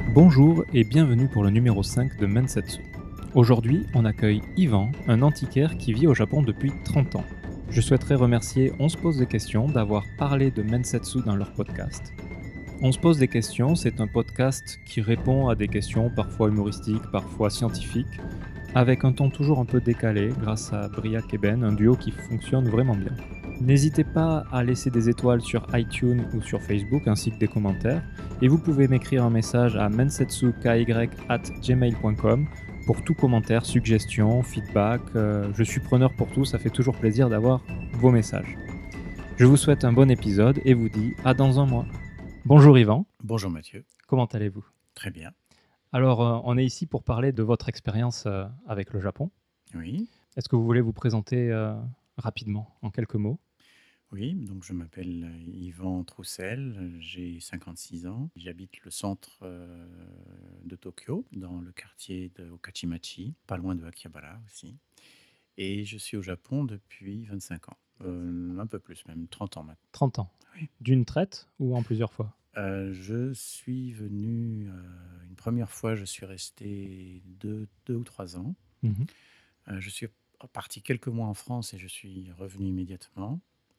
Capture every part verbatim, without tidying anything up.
Bonjour et bienvenue pour le numéro cinq de Mensetsu. Aujourd'hui, on accueille Yvan, un antiquaire qui vit au Japon depuis trente ans. Je souhaiterais remercier On se pose des questions d'avoir parlé de Mensetsu dans leur podcast. On se pose des questions, c'est un podcast qui répond à des questions parfois humoristiques, parfois scientifiques, avec un ton toujours un peu décalé grâce à Briac et Ben, un duo qui fonctionne vraiment bien. N'hésitez pas à laisser des étoiles sur iTunes ou sur Facebook ainsi que des commentaires, et vous pouvez m'écrire un message à mensetsuky arobase gmail point com pour tout commentaire, suggestion, feedback. Euh, je suis preneur pour tout, ça fait toujours plaisir d'avoir vos messages. Je vous souhaite un bon épisode et vous dis à dans un mois. Bonjour Yvan. Bonjour Mathieu. Comment allez-vous ? Très bien. Alors, euh, on est ici pour parler de votre expérience euh, avec le Japon. Oui. Est-ce que vous voulez vous présenter euh, rapidement, en quelques mots ? Oui, donc je m'appelle Yvan Troussel, j'ai cinquante-six ans. J'habite le centre euh, de Tokyo, dans le quartier de Okachimachi, pas loin de Akihabara aussi. Et je suis au Japon depuis vingt-cinq ans, euh, un peu plus même, trente ans maintenant. trente ans. Oui. D'une traite ou en plusieurs fois ? Euh, je suis venu, euh, une première fois, je suis resté deux, deux ou trois ans. Mhm. Euh, je suis parti quelques mois en France et je suis revenu immédiatement.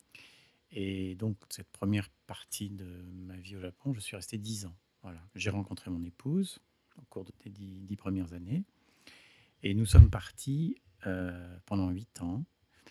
Et donc, cette première partie de ma vie au Japon, je suis resté dix ans. Voilà. J'ai rencontré mon épouse au cours des dix, dix premières années. Et nous sommes partis euh, pendant huit ans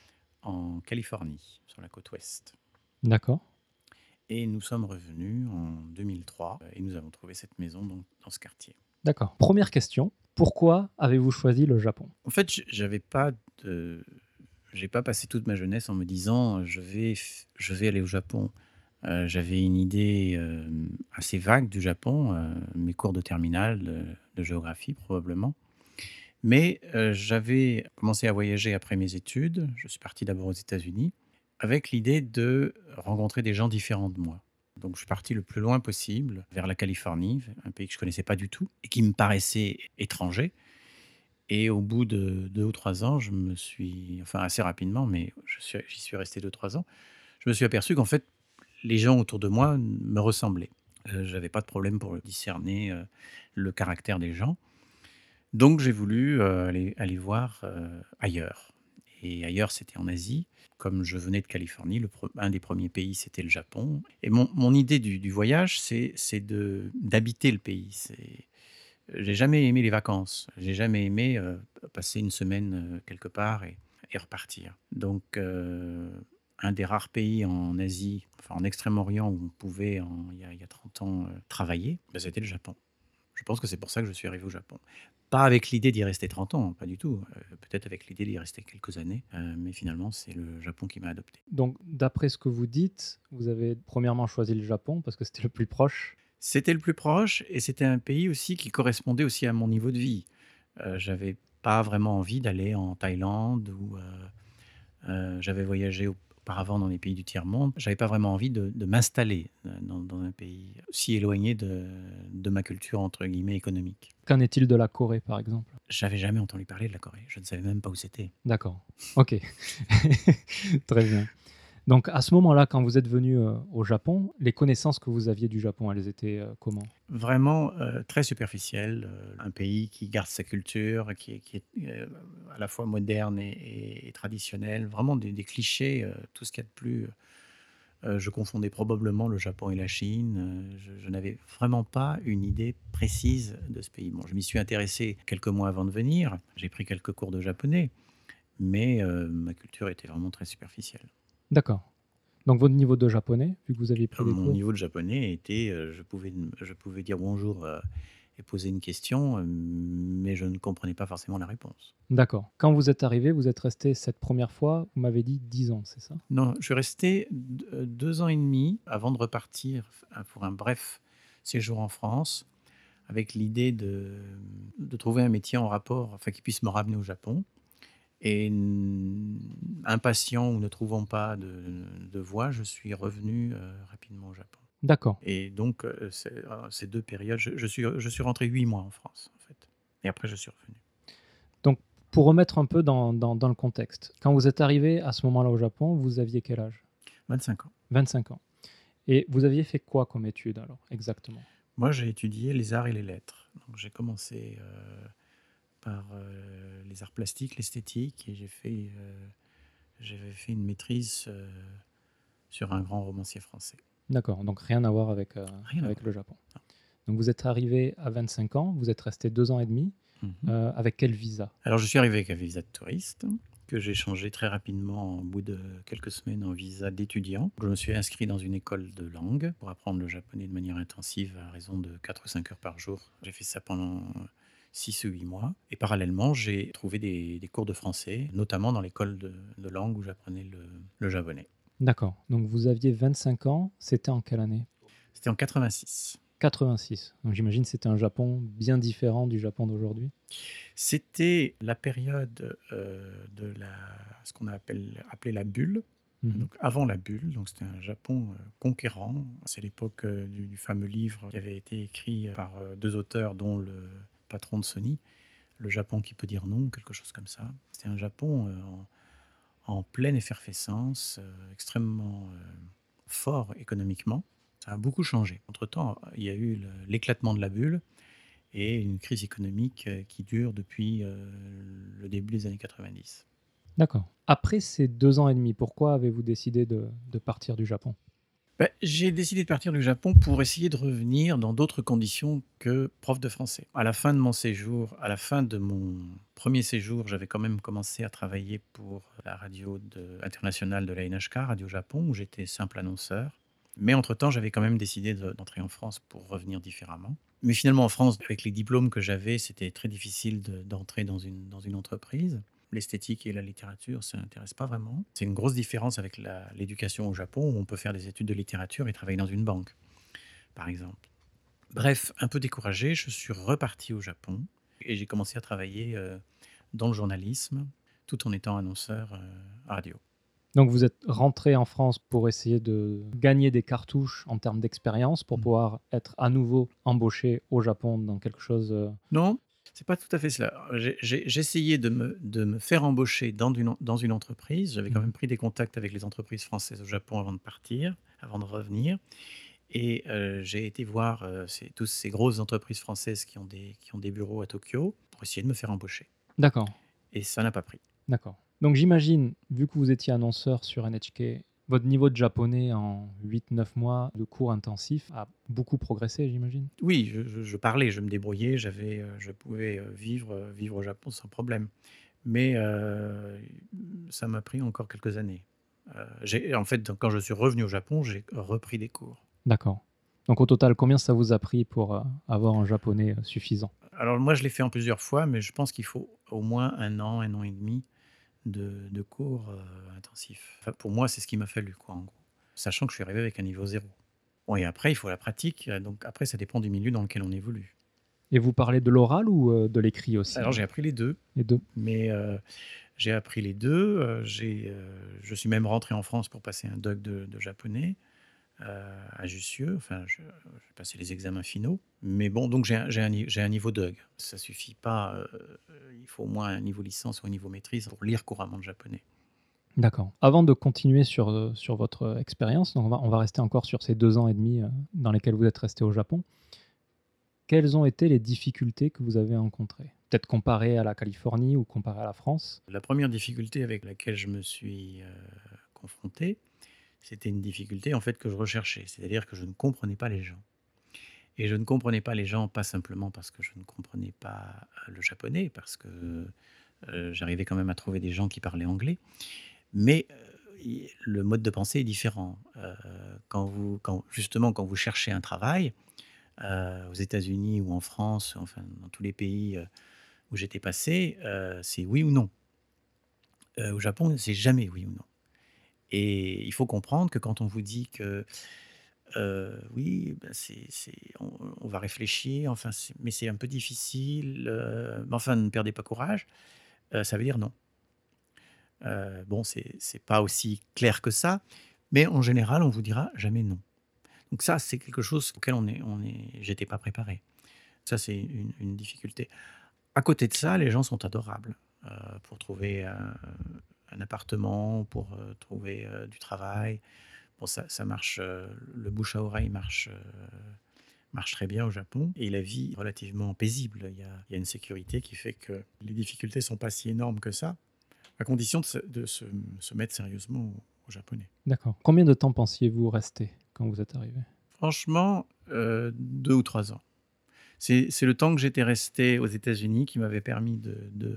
en Californie, sur la côte ouest. D'accord. Et nous sommes revenus en deux mille trois et nous avons trouvé cette maison donc, dans ce quartier. D'accord. Première question, pourquoi avez-vous choisi le Japon ? En fait, j'avais pas de... J'ai pas passé toute ma jeunesse en me disant je vais, je vais aller au Japon. Euh, j'avais une idée euh, assez vague du Japon, euh, mes cours de terminale, de, de géographie probablement. Mais euh, j'avais commencé à voyager après mes études. Je suis parti d'abord aux États-Unis avec l'idée de rencontrer des gens différents de moi. Donc je suis parti le plus loin possible vers la Californie, un pays que je connaissais pas du tout et qui me paraissait étranger. Et au bout de deux ou trois ans, je me suis, enfin assez rapidement, mais je suis, j'y suis resté deux, trois ans, je me suis aperçu qu'en fait, les gens autour de moi me ressemblaient. Euh, je n'avais pas de problème pour discerner euh, le caractère des gens. Donc j'ai voulu euh, aller, aller voir euh, ailleurs. Et ailleurs, c'était en Asie. Comme je venais de Californie, le pro- un des premiers pays, c'était le Japon. Et mon, mon idée du, du voyage, c'est, c'est de, d'habiter le pays. C'est, j'ai jamais aimé les vacances. J'ai jamais aimé euh, passer une semaine euh, quelque part et, et repartir. Donc, euh, un des rares pays en Asie, enfin en Extrême-Orient, où on pouvait, en- il y a, il y a trente ans, euh, travailler, ben, c'était le Japon. Je pense que c'est pour ça que je suis arrivé au Japon. Pas avec l'idée d'y rester trente ans, pas du tout. Euh, peut-être avec l'idée d'y rester quelques années. Euh, mais finalement, c'est le Japon qui m'a adopté. Donc, d'après ce que vous dites, vous avez premièrement choisi le Japon parce que c'était le plus proche. C'était le plus proche et c'était un pays aussi qui correspondait aussi à mon niveau de vie. Euh, j'avais pas vraiment envie d'aller en Thaïlande ou euh, euh, j'avais voyagé auparavant dans les pays du tiers-monde. J'avais pas vraiment envie de, de m'installer euh, dans, dans un pays si éloigné de, de ma culture entre guillemets économique. Qu'en est-il de la Corée, par exemple ? J'avais jamais entendu parler de la Corée. Je ne savais même pas où c'était. D'accord. Ok. Très bien. Donc, à ce moment-là, quand vous êtes venu euh, au Japon, les connaissances que vous aviez du Japon, elles étaient euh, comment ? Vraiment euh, très superficiel, euh, un pays qui garde sa culture, qui est, qui est euh, à la fois moderne et, et- et traditionnel, vraiment des, des clichés, euh, tout ce qu'il y a de plus. Euh, je confondais probablement le Japon et la Chine. euh, je, je n'avais vraiment pas une idée précise de ce pays. Bon, je m'y suis intéressé quelques mois avant de venir. J'ai pris quelques cours de japonais, mais euh, ma culture était vraiment très superficielle. D'accord. Donc, votre niveau de japonais, vu que vous aviez pris des Mon cours ? niveau de japonais était, euh, je pouvais, je pouvais dire bonjour euh, et poser une question, euh, mais je ne comprenais pas forcément la réponse. D'accord. Quand vous êtes arrivé, vous êtes resté cette première fois, vous m'avez dit dix ans, c'est ça ? Non, je suis resté d- euh, deux ans et demi avant de repartir euh, pour un bref séjour en France, avec l'idée de, de trouver un métier en rapport, enfin qui puisse me ramener au Japon. Et n- impatient ou ne trouvant pas de, de voie, je suis revenu euh, rapidement au Japon. D'accord. Et donc, euh, c'est- euh, ces deux périodes, je, je suis, je suis rentré huit mois en France, en fait. Et après, je suis revenu. Donc, pour remettre un peu dans, dans- dans le contexte, quand vous êtes arrivé à ce moment-là au Japon, vous aviez quel âge ? vingt-cinq ans. vingt-cinq ans. Et vous aviez fait quoi comme étude alors, exactement ? Moi, j'ai étudié les arts et les lettres. Donc j'ai commencé, heu, par, heu, les arts plastiques, l'esthétique et j'ai fait, heu, j'avais fait une maîtrise, heu, sur un grand romancier français. D'accord, donc rien à voir avec, heu, Rien à avec voir. le Japon. Non. Donc vous êtes arrivé à vingt-cinq ans, vous êtes resté deux ans et demi. Mmh. Heu, avec quel visa? Alors je suis arrivé avec un visa de touriste que j'ai changé très rapidement au bout de quelques semaines en visa d'étudiant. Je me suis inscrit dans une école de langue pour apprendre le japonais de manière intensive à raison de quatre ou cinq heures par jour. J'ai fait ça pendant six ou huit mois et parallèlement, j'ai trouvé des des cours de français, notamment dans l'école de de langue où j'apprenais le le japonais. D'accord, donc vous aviez vingt-cinq ans, c'était en quelle année? C'était en quatre-vingt-six. quatre-vingt-six. Donc j'imagine que c'était un Japon bien différent du Japon d'aujourd'hui? C'était la période, heu, de la ce qu'on appelle appelé la bulle, Mmh. donc avant la bulle, donc c'était un Japon, heu, conquérant. C'est l'époque, heu, du du fameux livre qui avait été écrit par, heu, deux auteurs dont le patron de Sony, Le Japon qui peut dire non, quelque chose comme ça. C'était un Japon, heu, en en pleine effervescence, heu, extrêmement, heu, fort économiquement. Ça a beaucoup changé. Entre-temps, il y a eu le l'éclatement de la bulle et une crise économique, heu, qui dure depuis, heu, le début des années quatre-vingt-dix. D'accord. Après ces deux ans et demi, pourquoi avez-vous décidé de de partir du Japon? Bah, j'ai décidé de partir du Japon pour essayer de revenir dans d'autres conditions que prof de français. À la fin de mon séjour, à la fin de mon premier séjour, j'avais quand même commencé à travailler pour la radio de internationale de la N H K, Radio Japon, où j'étais simple annonceur. Mais entre-temps, j'avais quand même décidé de d'entrer en France pour revenir différemment. Mais finalement, en France, avec les diplômes que j'avais, c'était très difficile de d'entrer dans une dans une entreprise. L'esthétique et la littérature, ça n'intéresse pas vraiment. C'est une grosse différence avec la l'éducation au Japon, où on peut faire des études de littérature et travailler dans une banque, par exemple. Bref, un peu découragé, je suis reparti au Japon et j'ai commencé à travailler, heu, dans le journalisme, tout en étant annonceur, heu, radio. Donc vous êtes rentré en France pour essayer de gagner des cartouches en termes d'expérience pour Mmh. pouvoir être à nouveau embauché au Japon dans quelque chose, heu Non, c'est pas tout à fait cela. J'ai j'ai j'essayais de me de me faire embaucher dans une en dans une entreprise. J'avais quand mmh même pris des contacts avec les entreprises françaises au Japon avant de partir, avant de revenir. Et heu, j'ai été voir, heu, ces tous ces grosses entreprises françaises qui ont des qui ont des bureaux à Tokyo pour essayer de me faire embaucher D'accord, et ça n'a pas pris. d'accord. Donc j'imagine, vu que vous étiez annonceur sur N H K, votre niveau de japonais en huit neuf mois de cours intensifs a beaucoup progressé, j'imagine? Oui, je je je parlais, je me débrouillais, j'avais, heu, je pouvais, heu, vivre, heu, vivre au Japon sans problème. Mais heu, ça m'a pris encore quelques années. Heu, j'ai en fait, quand je suis revenu au Japon, j'ai repris des cours. D'accord. Donc au total, combien ça vous a pris pour, heu, avoir un japonais, heu, suffisant? Alors moi, je l'ai fait en plusieurs fois, mais je pense qu'il faut au moins un an, un an et demi de de cours, heu, intensifs. Enfin, pour moi, c'est ce qu'il m'a fallu, quoi, en gros. Sachant que je suis arrivé avec un niveau zéro. Bon et après, il faut la pratique, heu, donc après, ça dépend du milieu dans lequel on évolue. Et vous parlez de l'oral ou, heu, de l'écrit aussi? Alors j'ai appris les deux, Les deux. mais heu, j'ai appris les deux. Heu, j'ai, heu, je suis même rentré en France pour passer un doc de de japonais, heu, à Jussieu. Enfin, je j'ai passé les examens finaux. Mais bon, donc j'ai un j'ai un ni j'ai un niveau doc. Ça suffit pas, heu, il faut au moins un niveau licence ou un niveau maîtrise pour lire couramment le japonais. D'accord. Avant de continuer sur, heu, sur votre, heu, expérience, donc on va on va rester encore sur ces deux ans et demi, heu, dans lesquels vous êtes resté au Japon. Quelles ont été les difficultés que vous avez rencontrées? Peut-être comparées à la Californie ou comparées à la France? La première difficulté avec laquelle je me suis, heu, confronté, c'était une difficulté, en fait, que je recherchais. C'est-à-dire que je ne comprenais pas les gens et je ne comprenais pas les gens, pas simplement parce que je ne comprenais pas, heu, le japonais, parce que, heu, j'arrivais quand même à trouver des gens qui parlaient anglais, mais, heu, i le mode de pensée est différent. Heu, quand vous quand justement, quand vous cherchez un travail, heu, aux États-Unis ou en France, enfin, dans tous les pays, heu, où j'étais passé, heu, c'est oui ou non. Heu, au Japon, c'est jamais oui ou non. Et il faut comprendre que quand on vous dit que, heu, oui, bah, c'est c'est on on va réfléchir, enfin, c'est mais c'est un peu difficile, heu, mais enfin, ne perdez pas courage, heu, ça veut dire non. Heu, bon, c'est c'est pas aussi clair que ça, mais en général, on vous dira jamais non. Donc ça, c'est quelque chose auquel on est on est j'étais pas préparé. Ça, c'est une une difficulté. À côté de ça, les gens sont adorables, heu, pour trouver un un appartement, pour, heu, trouver, heu, du travail. Bon, ça ça marche, heu, le bouche à oreille marche, heu, marche très bien au Japon et la vie est relativement paisible. Il y a, il y a une sécurité qui fait que les difficultés ne sont pas si énormes que ça, à condition de se, de se, se mettre sérieusement au, au japonais. D'accord. Combien de temps pensiez-vous rester quand vous êtes arrivé? Franchement, euh, deux ou trois ans. C'est, c'est le temps que j'étais resté aux États-Unis qui m'avait permis de, de,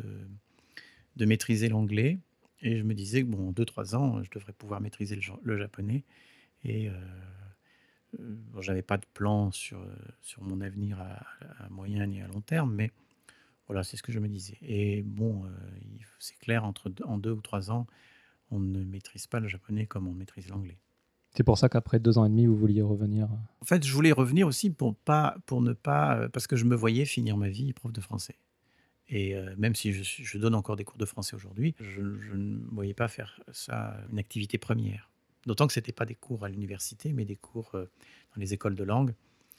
de maîtriser l'anglais. Et je me disais que bon, en deux trois ans, je devrais pouvoir maîtriser le, le japonais. Et euh, euh, bon, j'avais pas de plan sur, euh, sur mon avenir à, à moyen ni à long terme, mais voilà, c'est ce que je me disais. Et bon, euh, il- c'est clair, entre deux- en deux ou trois ans, on ne maîtrise pas le japonais comme on maîtrise l'anglais. C'est pour ça qu'après deux ans et demi, vous vouliez revenir. En fait, je voulais revenir aussi pour, pas, pour ne pas... euh, parce que je me voyais finir ma vie prof de français. Et euh, même si je, suis- je donne encore des cours de français aujourd'hui, je, je ne me voyais pas faire ça une activité première. D'autant que ce n'était pas des cours à l'université, mais des cours euh, dans les écoles de langue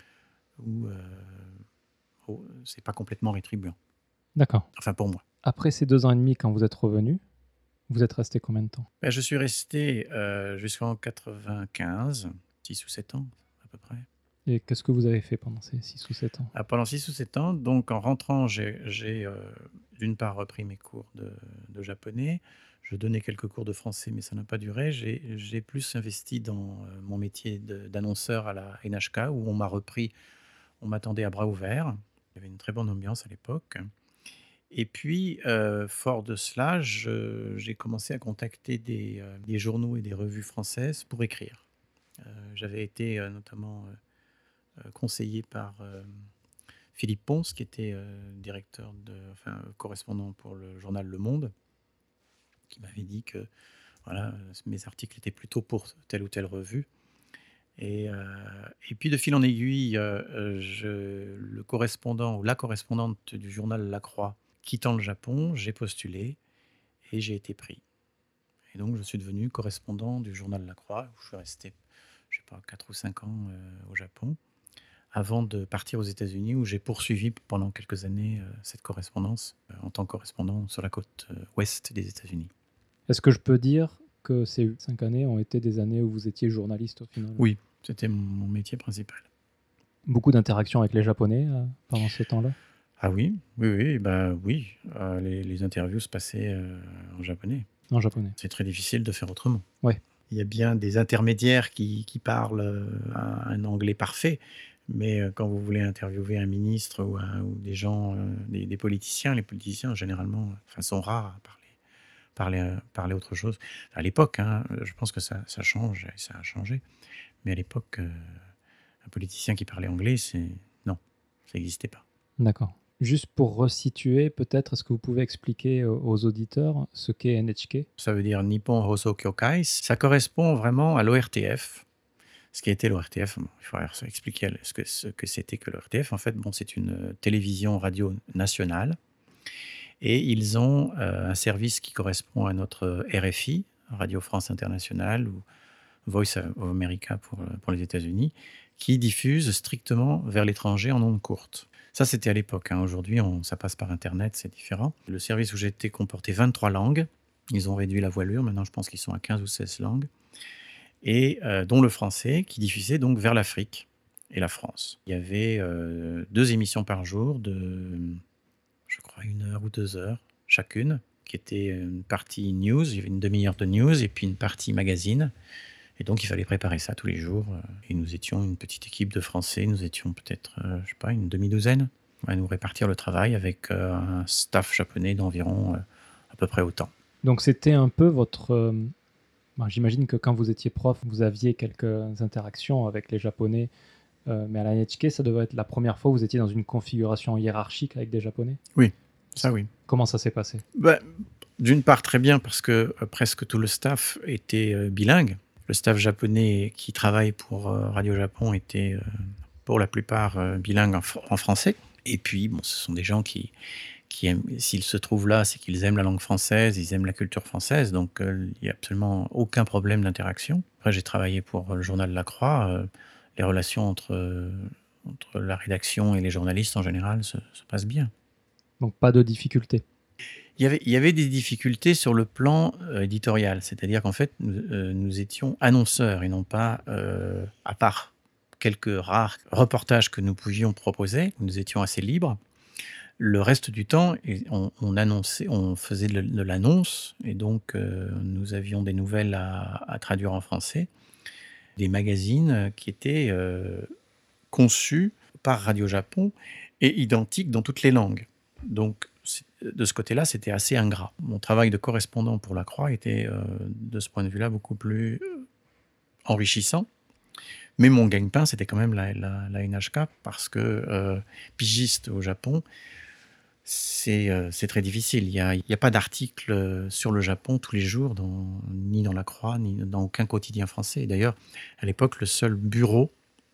où euh, oh, c'est pas complètement rétribuant. D'accord. Enfin, pour moi. Après ces deux ans et demi, quand vous êtes revenu, vous êtes resté combien de temps? Ben, je suis resté euh, jusqu'en quatre-vingt-quinze, six ou sept ans à peu près. Et qu'est-ce que vous avez fait pendant ces six ou sept ans? Ah, pendant six ou sept ans, donc en rentrant, j'ai, j'ai, euh, d'une part repris mes cours de, de japonais. Je donnais quelques cours de français, mais ça n'a pas duré. J'ai, j'ai plus investi dans euh, mon métier de- d'annonceur à la N H K, où on m'a repris, on m'attendait à bras ouverts. Il y avait une très bonne ambiance à l'époque. Et puis, euh, fort de cela, je- j'ai commencé à contacter des, euh, des journaux et des revues françaises pour écrire. Euh, j'avais été euh, notamment euh, euh, conseillé par euh, Philippe Ponce, qui était euh, directeur, de, enfin correspondant pour le journal Le Monde, qui m'avait dit que voilà, euh, mes articles étaient plutôt pour telle ou telle revue. Et, euh, et puis de fil en aiguille, euh, euh, je, le correspondant ou la correspondante du journal La Croix quittant le Japon, j'ai postulé et j'ai été pris. Et donc je suis devenu correspondant du journal La Croix, où je suis resté, je sais pas, quatre ou cinq ans euh, au Japon, avant de partir aux États-Unis, où j'ai poursuivi pendant quelques années euh, cette correspondance euh, en tant que correspondant sur la côte euh, ouest des États-Unis. Est-ce que je peux dire que ces cinq années ont été des années où vous étiez journaliste au final? Oui, c'était mon métier principal. Beaucoup d'interactions avec les Japonais euh, pendant ce temps-là? Ah oui, oui, oui, bah oui, euh, les, les interviews se passaient euh, en japonais. En japonais. C'est très difficile de faire autrement. Ouais. Il y a bien des intermédiaires qui, qui parlent euh, un, un anglais parfait, mais euh, quand vous voulez interviewer un ministre ou, un- ou des gens, euh, des, des politiciens, les politiciens généralement euh, enfin, sont rares à parler, parler, euh, parler autre chose. À l'époque, hein, je pense que ça, ça change, et ça a changé, mais à l'époque, euh, un politicien qui parlait anglais, c'est non, ça n'existait pas. D'accord. Juste pour resituer, peut-être, est-ce que vous pouvez expliquer aux aux auditeurs ce qu'est N H K? Ça veut dire Nippon Hoso Kyokai. Ça correspond vraiment à l'O R T F. Ce qui était l'O R T F, bon, il faudrait expliquer ce que, ce que c'était que l'O R T F. En fait, bon, c'est une euh, télévision radio nationale. Et ils ont euh, un service qui correspond à notre R F I, Radio France Internationale, ou Voice of America pour, euh, pour les États-Unis, qui diffuse strictement vers l'étranger en ondes courtes. Ça, c'était à l'époque. Hein. Aujourd'hui, on, ça passe par Internet, c'est différent. Le service où j'étais comportait vingt-trois langues. Ils ont réduit la voilure. Maintenant, je pense qu'ils sont à quinze ou seize langues. Et euh, dont le français, qui diffusait donc vers l'Afrique et la France. Il y avait euh, deux émissions par jour de, je crois, une heure ou deux heures chacune, qui était une partie news. Il y avait une demi-heure de news et puis une partie magazine. Et donc, il fallait préparer ça tous les jours. Et nous étions une petite équipe de Français. Nous étions peut-être, euh, je sais pas, une demi-douzaine à nous répartir le travail avec euh, un staff japonais d'environ euh, à peu près autant. Donc c'était un peu votre... euh, bon, j'imagine que quand vous étiez prof, vous aviez quelques interactions avec les Japonais, euh, mais à la N H K, ça devait être la première fois où vous étiez dans une configuration hiérarchique avec des Japonais? Oui, ça oui. Comment ça s'est passé? Ben, d'une part, très bien, parce que euh, presque tout le staff était euh, bilingue. Le staff japonais qui travaille pour euh, Radio Japon était euh, pour la plupart euh, bilingue en, fr- en français. Et puis, bon, ce sont des gens qui, qui aiment, s'ils se trouvent là, c'est qu'ils aiment la langue française, ils aiment la culture française, donc euh, il n'y a absolument aucun problème d'interaction. Après, j'ai travaillé pour le journal La Croix. Euh, les relations entre, euh, entre la rédaction et les journalistes, en général, se, se passent bien. Donc pas de difficulté. Il y avait, il y avait des difficultés sur le plan euh, éditorial, c'est-à-dire qu'en fait, nous, euh, nous étions annonceurs et non pas euh, à part quelques rares reportages que nous pouvions proposer, où nous étions assez libres. Le reste du temps, et on, on annonçait, on faisait de, de l'annonce, et donc euh, nous avions des nouvelles à, à traduire en français, des magazines qui étaient euh, conçus par Radio Japon et identiques dans toutes les langues. Donc, c'est- de ce côté-là, c'était assez ingrat. Mon travail de correspondant pour La Croix était, euh, de ce point de vue-là, beaucoup plus enrichissant. Mais mon gagne-pain, c'était quand même la, la, la N H K, parce que euh, pigiste au Japon, c'est euh, c'est très difficile. Il n'y a, il y a pas d'article euh, sur le Japon tous les jours, dans, ni dans La Croix, ni dans aucun quotidien français. Et d'ailleurs, à l'époque, le seul bureau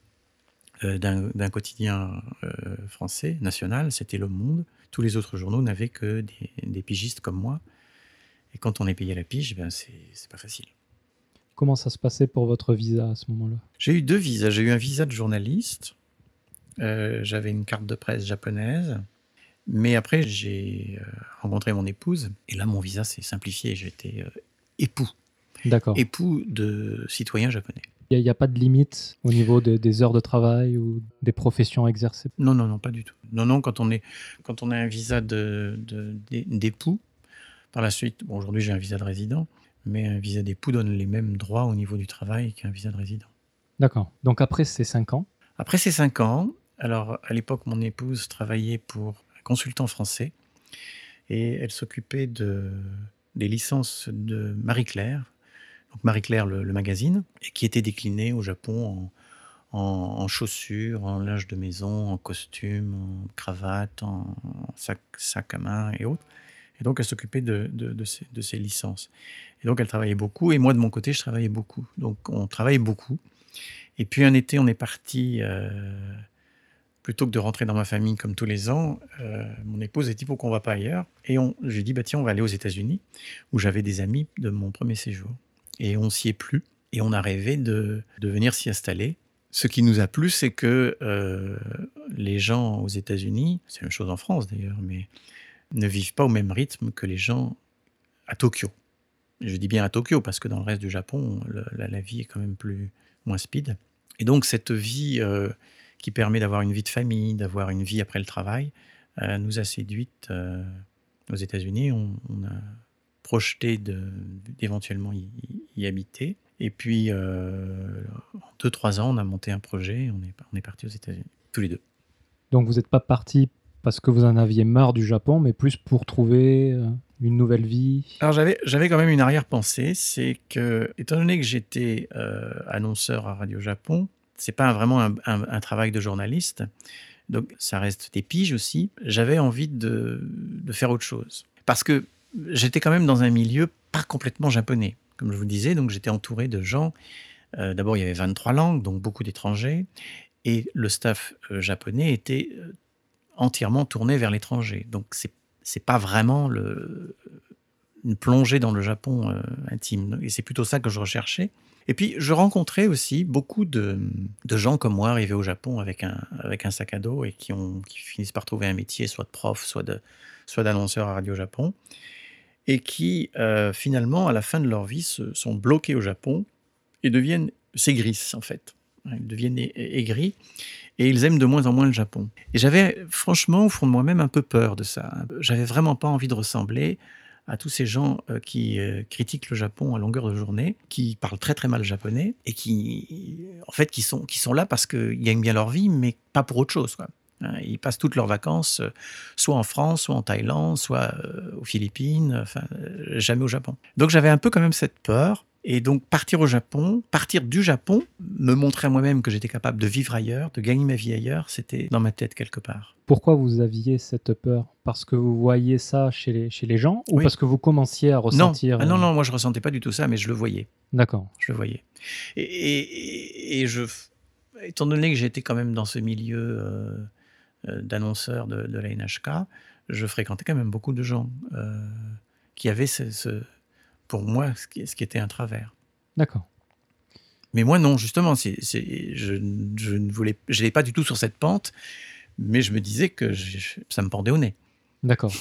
euh, d'un d'un quotidien euh, français, national, c'était Le Monde. Tous les autres journaux n'avaient que des, des pigistes comme moi. Et quand on est payé à la pige, ben c'est c'est pas facile. Comment ça se passait pour votre visa à ce moment-là? J'ai eu deux visas. J'ai eu un visa de journaliste. Euh, J'avais une carte de presse japonaise. Mais après, j'ai euh, rencontré mon épouse. Et là, mon visa s'est simplifié. J'étais euh, époux. D'accord. Époux de citoyens japonais. Il n'y a, a pas de limite au niveau de- des heures de travail ou des professions exercées? Non, non, non, pas du tout. Non, non, quand on, est, quand on a un visa de, de- d'é- d'époux, par la suite, bon, aujourd'hui j'ai un visa de résident, mais un visa d'époux donne les mêmes droits au niveau du travail qu'un visa de résident. D'accord. Donc après ces cinq ans, Après ces cinq ans, alors à l'époque, mon épouse travaillait pour un consultant français et elle s'occupait de, des licences de Marie-Claire, donc Marie-Claire le, le magazine, et qui était décliné au Japon en, en, en chaussures, en linge de maison, en costume, en cravate, en sac, sac à main et autres. Et donc elle s'occupait de, de, de, ces, de ces licences. Et donc elle travaillait beaucoup, et moi de mon côté, je travaillais beaucoup. Donc on travaillait beaucoup. Et puis un été, on est parti, euh, plutôt que de rentrer dans ma famille comme tous les ans, euh, mon épouse a dit pourquoi on ne va pas ailleurs. Et on, j'ai dit, bah, tiens, on va aller aux États-Unis, où j'avais des amis de mon premier séjour. Et on s'y est plu, et on a rêvé de, de venir s'y installer. Ce qui nous a plu, c'est que euh, les gens aux États-Unis, c'est la même chose en France d'ailleurs, mais ne vivent pas au même rythme que les gens à Tokyo. Je dis bien à Tokyo, parce que dans le reste du Japon, le, la, la vie est quand même plus, moins speed. Et donc cette vie euh, qui permet d'avoir une vie de famille, d'avoir une vie après le travail, euh, nous a séduites euh, aux États-Unis. On, on a projeté de, d'éventuellement y, y habiter. Et puis, euh, en deux, trois ans, on a monté un projet, on est, on est parti aux États-Unis, tous les deux. donc vous n'êtes pas parti parce que vous en aviez marre du Japon, mais plus pour trouver euh, une nouvelle vie? Alors j'avais, j'avais quand même une arrière-pensée, c'est que, étant donné que j'étais euh, annonceur à Radio Japon, c'est pas vraiment un, un, un travail de journaliste, donc ça reste des piges aussi, j'avais envie de, de faire autre chose. Parce que j'étais quand même dans un milieu pas complètement japonais, comme je vous disais, donc j'étais entouré de gens, euh, d'abord il y avait vingt-trois langues, donc beaucoup d'étrangers, et le staff euh, japonais était euh, entièrement tourné vers l'étranger, donc c'est, c'est pas vraiment le... une plongée dans le Japon euh, intime. Et c'est plutôt ça que je recherchais. Et puis, je rencontrais aussi beaucoup de, de gens comme moi arrivés au Japon avec un, avec un sac à dos et qui, ont, qui finissent par trouver un métier, soit de prof, soit, de, soit d'annonceur à Radio Japon, et qui, euh, finalement, à la fin de leur vie, se, sont bloqués au Japon et deviennent, s'aigrissent en fait. Ils deviennent aigris et ils aiment de moins en moins le Japon. Et j'avais, franchement, au fond de moi-même, un peu peur de ça. J'avais vraiment pas envie de ressembler à tous ces gens euh, qui euh, critiquent le Japon à longueur de journée, qui parlent très très mal japonais et qui, en fait, qui sont, qui sont là parce qu'ils gagnent bien leur vie, mais pas pour autre chose, quoi. Hein, ils passent toutes leurs vacances, euh, soit en France, soit en Thaïlande, soit euh, aux Philippines, enfin, euh, jamais au Japon. Donc j'avais un peu quand même cette peur. Et donc partir au Japon, partir du Japon, me montrer à moi-même que j'étais capable de vivre ailleurs, de gagner ma vie ailleurs, c'était dans ma tête quelque part. Pourquoi vous aviez cette peur? Parce que vous voyiez ça chez les, chez les gens ou Oui. parce que vous commenciez à Non, ressentir... ah non, euh, non, moi je ressentais pas du tout ça, mais je le voyais. D'accord. Je le voyais. Et, et, et je, étant donné que j'étais quand même dans ce milieu euh, euh, d'annonceurs de, de la N H K, je fréquentais quand même beaucoup de gens euh, qui avaient ce, ce, pour moi ce qui, ce qui était un travers. D'accord. Mais moi non, justement, c'est, c'est, je, je ne voulais, je n'étais pas du tout sur cette pente, mais je me disais que je, ça me pendait au nez. D'accord.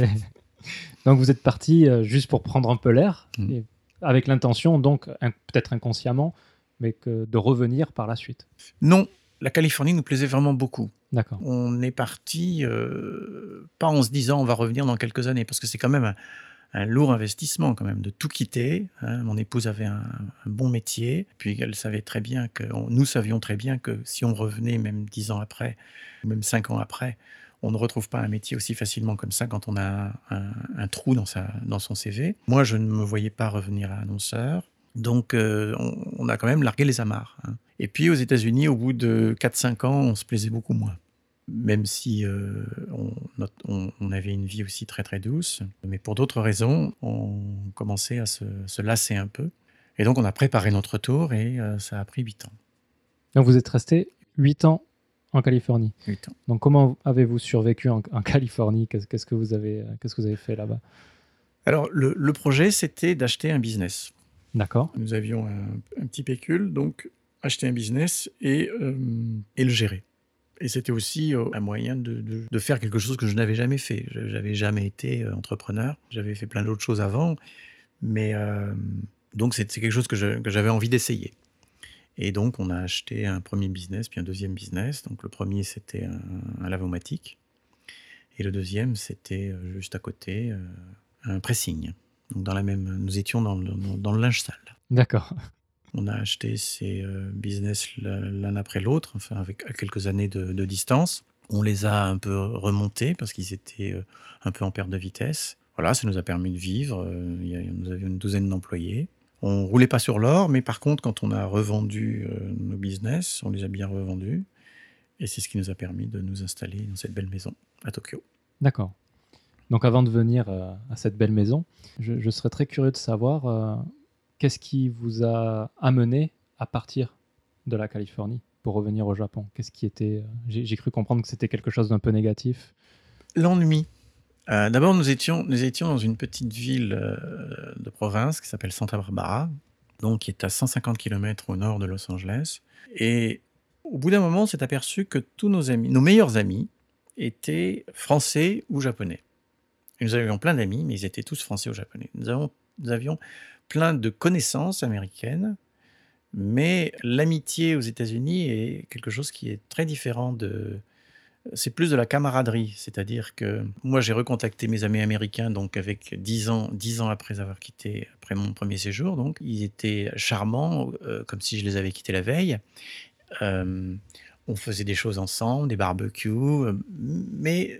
Donc vous êtes parti euh, juste pour prendre un peu l'air, Mmh. et avec l'intention, donc, in- peut-être inconsciemment, mais que de revenir par la suite. Non, La Californie nous plaisait vraiment beaucoup. D'accord. On est parti, euh, pas en se disant on va revenir dans quelques années, parce que c'est quand même un, un lourd investissement quand même de tout quitter. Hein. Mon épouse avait un, un bon métier, puis elle savait très bien que, on- nous savions très bien que si on revenait même dix ans après, ou même cinq ans après, on ne retrouve pas un métier aussi facilement comme ça quand on a un, un trou dans, sa, dans son C V. Moi, je ne me voyais pas revenir annonceur. Donc, euh, on, on a quand même largué les amarres. Hein. Et puis, aux États-Unis, au bout de quatre cinq ans, on se plaisait beaucoup moins. Même si euh, on, notre- on- on avait une vie aussi très très douce. Mais pour d'autres raisons, on commençait à se, se lasser un peu. Et donc, on a préparé notre retour et euh, ça a pris huit ans. Donc vous êtes resté huit ans en Californie. Huit ans. Donc comment avez-vous survécu en, en Californie? Qu'est-ce qu'est-ce que vous avez, euh, qu'est-ce que vous avez fait là-bas? Alors, le, le projet, c'était d'acheter un business. D'accord. Nous avions un, un petit pécule, donc acheter un business et, euh, et le gérer. Et c'était aussi euh, un moyen de, de- de faire quelque chose que je n'avais jamais fait. Je n'avais jamais été euh, entrepreneur. J'avais fait plein d'autres choses avant. Mais euh, donc, c'est c'est quelque chose que je- que j'avais envie d'essayer. Et donc, on a acheté un premier business, puis un deuxième business. Donc, le premier, c'était un, un lavomatique. Et le deuxième, c'était euh, juste à côté, euh, un pressing. Donc, dans la même, nous étions dans le, dans- dans le linge sale. D'accord. On a acheté ces euh, business l'un après l'autre, enfin avec à quelques années de, de distance. On les a un peu remontés parce qu'ils étaient euh, un peu en perte de vitesse. Voilà, ça nous a permis de vivre. Euh, il y a- nous avions une douzaine d'employés. On roulait pas sur l'or, mais par contre, quand on a revendu euh, nos business, on les a bien revendus. Et c'est ce qui nous a permis de nous installer dans cette belle maison à Tokyo. D'accord. Donc avant de venir euh, à cette belle maison, je, je serais très curieux de savoir euh, qu'est-ce qui vous a amené à partir de la Californie pour revenir au Japon. Qu'est-ce qui était... euh, J'ai j'ai cru comprendre que c'était quelque chose d'un peu négatif. L'ennui. Euh, D'abord, nous étions, nous étions dans une petite ville euh, de province qui s'appelle Santa Barbara, donc qui est à cent cinquante kilomètres au nord de Los Angeles. Et au bout d'un moment, on s'est aperçu que tous nos amis, nos meilleurs amis, étaient français ou japonais. Et nous avions plein d'amis, mais ils étaient tous français ou japonais. Nous, avons, nous avions plein de connaissances américaines, mais l'amitié aux États-Unis est quelque chose qui est très différent de, c'est plus de la camaraderie, c'est-à-dire que moi j'ai recontacté mes amis américains donc avec dix ans, dix ans après avoir quitté, après mon premier séjour, donc ils étaient charmants, euh, comme si je les avais quittés la veille. Euh, on faisait des choses ensemble, des barbecues, euh, mais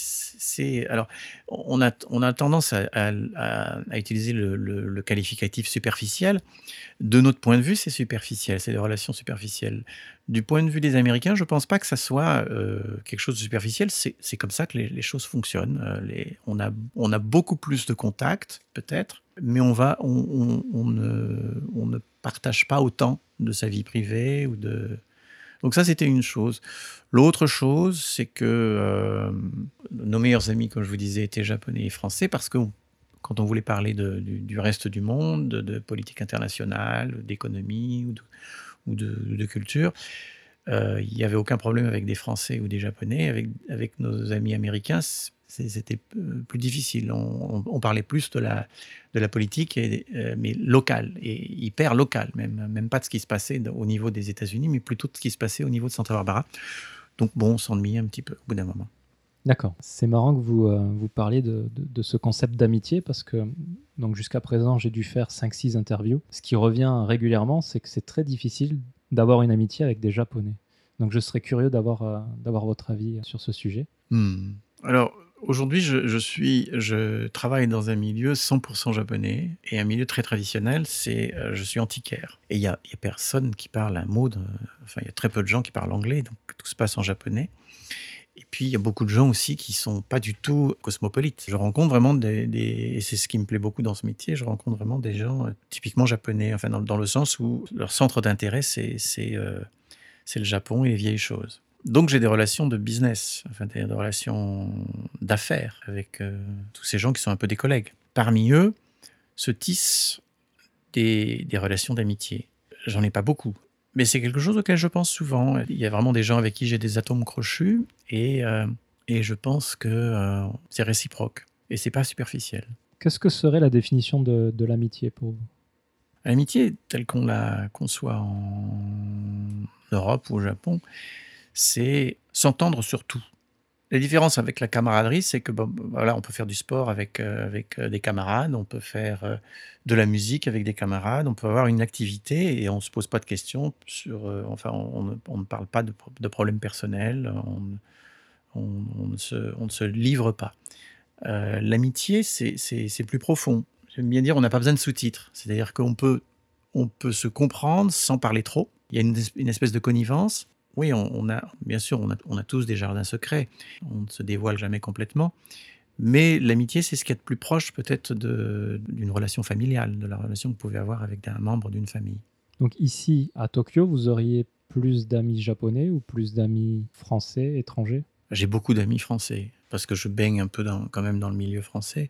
c'est alors on a on a tendance à, à- à- à utiliser le, le- le qualificatif superficiel. De notre point de vue, c'est superficiel, c'est des relations superficielles. Du point de vue des Américains, je ne pense pas que ça soit euh, quelque chose de superficiel. C'est c'est comme ça que les, les choses fonctionnent. Euh, les- on, a, on a beaucoup plus de contacts, peut-être, mais on, va, on, on- on ne, on ne partage pas autant de sa vie privée. Ou de... Donc ça, c'était une chose. L'autre chose, c'est que euh, nos meilleurs amis, comme je vous disais, étaient japonais et français, parce que quand on voulait parler de- du, du reste du monde, de, de politique internationale, d'économie ou de, ou de- de culture, euh, il n'y avait aucun problème avec des Français ou des Japonais. Avec, avec nos amis américains, c'est- c'était euh, plus difficile. On, on- on parlait plus de la, de la politique, et, euh, mais locale, et hyper locale, même, même pas de ce qui se passait de- au niveau des États-Unis, mais plutôt de ce qui se passait au niveau de Santa Barbara. Donc bon, on s'ennuyait un petit peu au bout d'un moment. D'accord. C'est marrant que vous, euh, vous parliez de, de- de ce concept d'amitié parce que donc jusqu'à présent, j'ai dû faire cinq six interviews. Ce qui revient régulièrement, c'est que c'est très difficile d'avoir une amitié avec des Japonais. Donc je serais curieux d'avoir euh, d'avoir votre avis sur ce sujet. Hmm. Alors, aujourd'hui, je, je suis, je travaille dans un milieu cent pour cent japonais et un milieu très traditionnel, c'est, euh, je suis antiquaire. Et il y a, il y a personne qui parle un mot, de- enfin, il y a très peu de gens qui parlent anglais, donc tout se passe en japonais. Et puis, il y a beaucoup de gens aussi qui sont pas du tout cosmopolites. Je rencontre vraiment des, des- et c'est ce qui me plaît beaucoup dans ce métier, je rencontre vraiment des gens euh, typiquement japonais, enfin, dans, dans le sens où leur centre d'intérêt, c'est, c'est, euh, c'est le Japon et les vieilles choses. Donc j'ai des relations de business, enfin des, des relations d'affaires avec euh, tous ces gens qui sont un peu des collègues. Parmi eux se tissent des, des relations d'amitié. J'en ai pas beaucoup, mais c'est quelque chose auquel je pense souvent. Il y a vraiment des gens avec qui j'ai des atomes crochus et, euh, et je pense que euh, c'est réciproque et c'est pas superficiel. Qu'est-ce que serait la définition de, de l'amitié pour vous? L'amitié, telle qu'on la conçoit en Europe ou au Japon, c'est s'entendre sur tout. La différence avec la camaraderie, c'est que bon, voilà, on peut faire du sport avec, heu, avec, heu, des camarades, on peut faire, heu, de la musique avec des camarades, on peut avoir une activité et on se pose pas de questions sur, heu, enfin, on on ne on ne parle pas de pro de problèmes personnels, on ne on on ne se on ne se livre pas. Heu, l'amitié, c'est c'est c'est plus profond. J'aime bien dire, on n'a pas besoin de sous-titres. C'est-à-dire qu'on peut on peut se comprendre sans parler trop. Il y a une es une espèce de connivence. Oui, on on a bien sûr, on a on a tous des jardins secrets. On ne se dévoile jamais complètement. Mais l'amitié, c'est ce qu'il y a de plus proche peut-être de d'une relation familiale, de la relation que vous pouvez avoir avec un membre d'une famille. Donc ici, à Tokyo, vous auriez plus d'amis japonais ou plus d'amis français, étrangers? J'ai beaucoup d'amis français parce que je baigne un peu dans quand même dans le milieu français,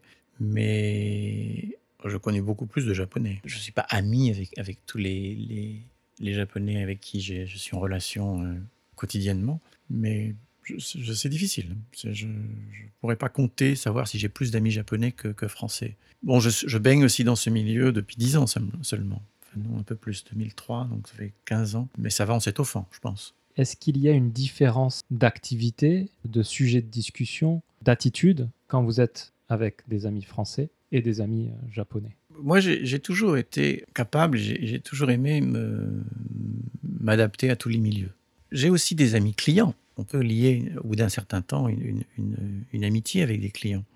mais je connais beaucoup plus de japonais. Je suis pas ami avec avec tous les les les japonais avec qui j'ai je suis en relation, heu, quotidiennement, mais je je c'est difficile. C'est je je pourrais pas compter, savoir si j'ai plus d'amis japonais que que français. Bon, je je baigne aussi dans ce milieu depuis dix ans seul seulement. Enfin non, un peu plus, deux mille trois, donc ça fait quinze ans, mais ça va en s'étoffant, je pense. Est-ce qu'il y a une différence d'activité, de sujet de discussion, d'attitude quand vous êtes avec des amis français et des amis euh, japonais? Moi, j'ai j'ai toujours été capable, j'ai j'ai toujours aimé me m'adapter à tous les milieux. J'ai aussi des amis clients. On peut lier, au bout d'un certain temps, une une une, une amitié avec des clients.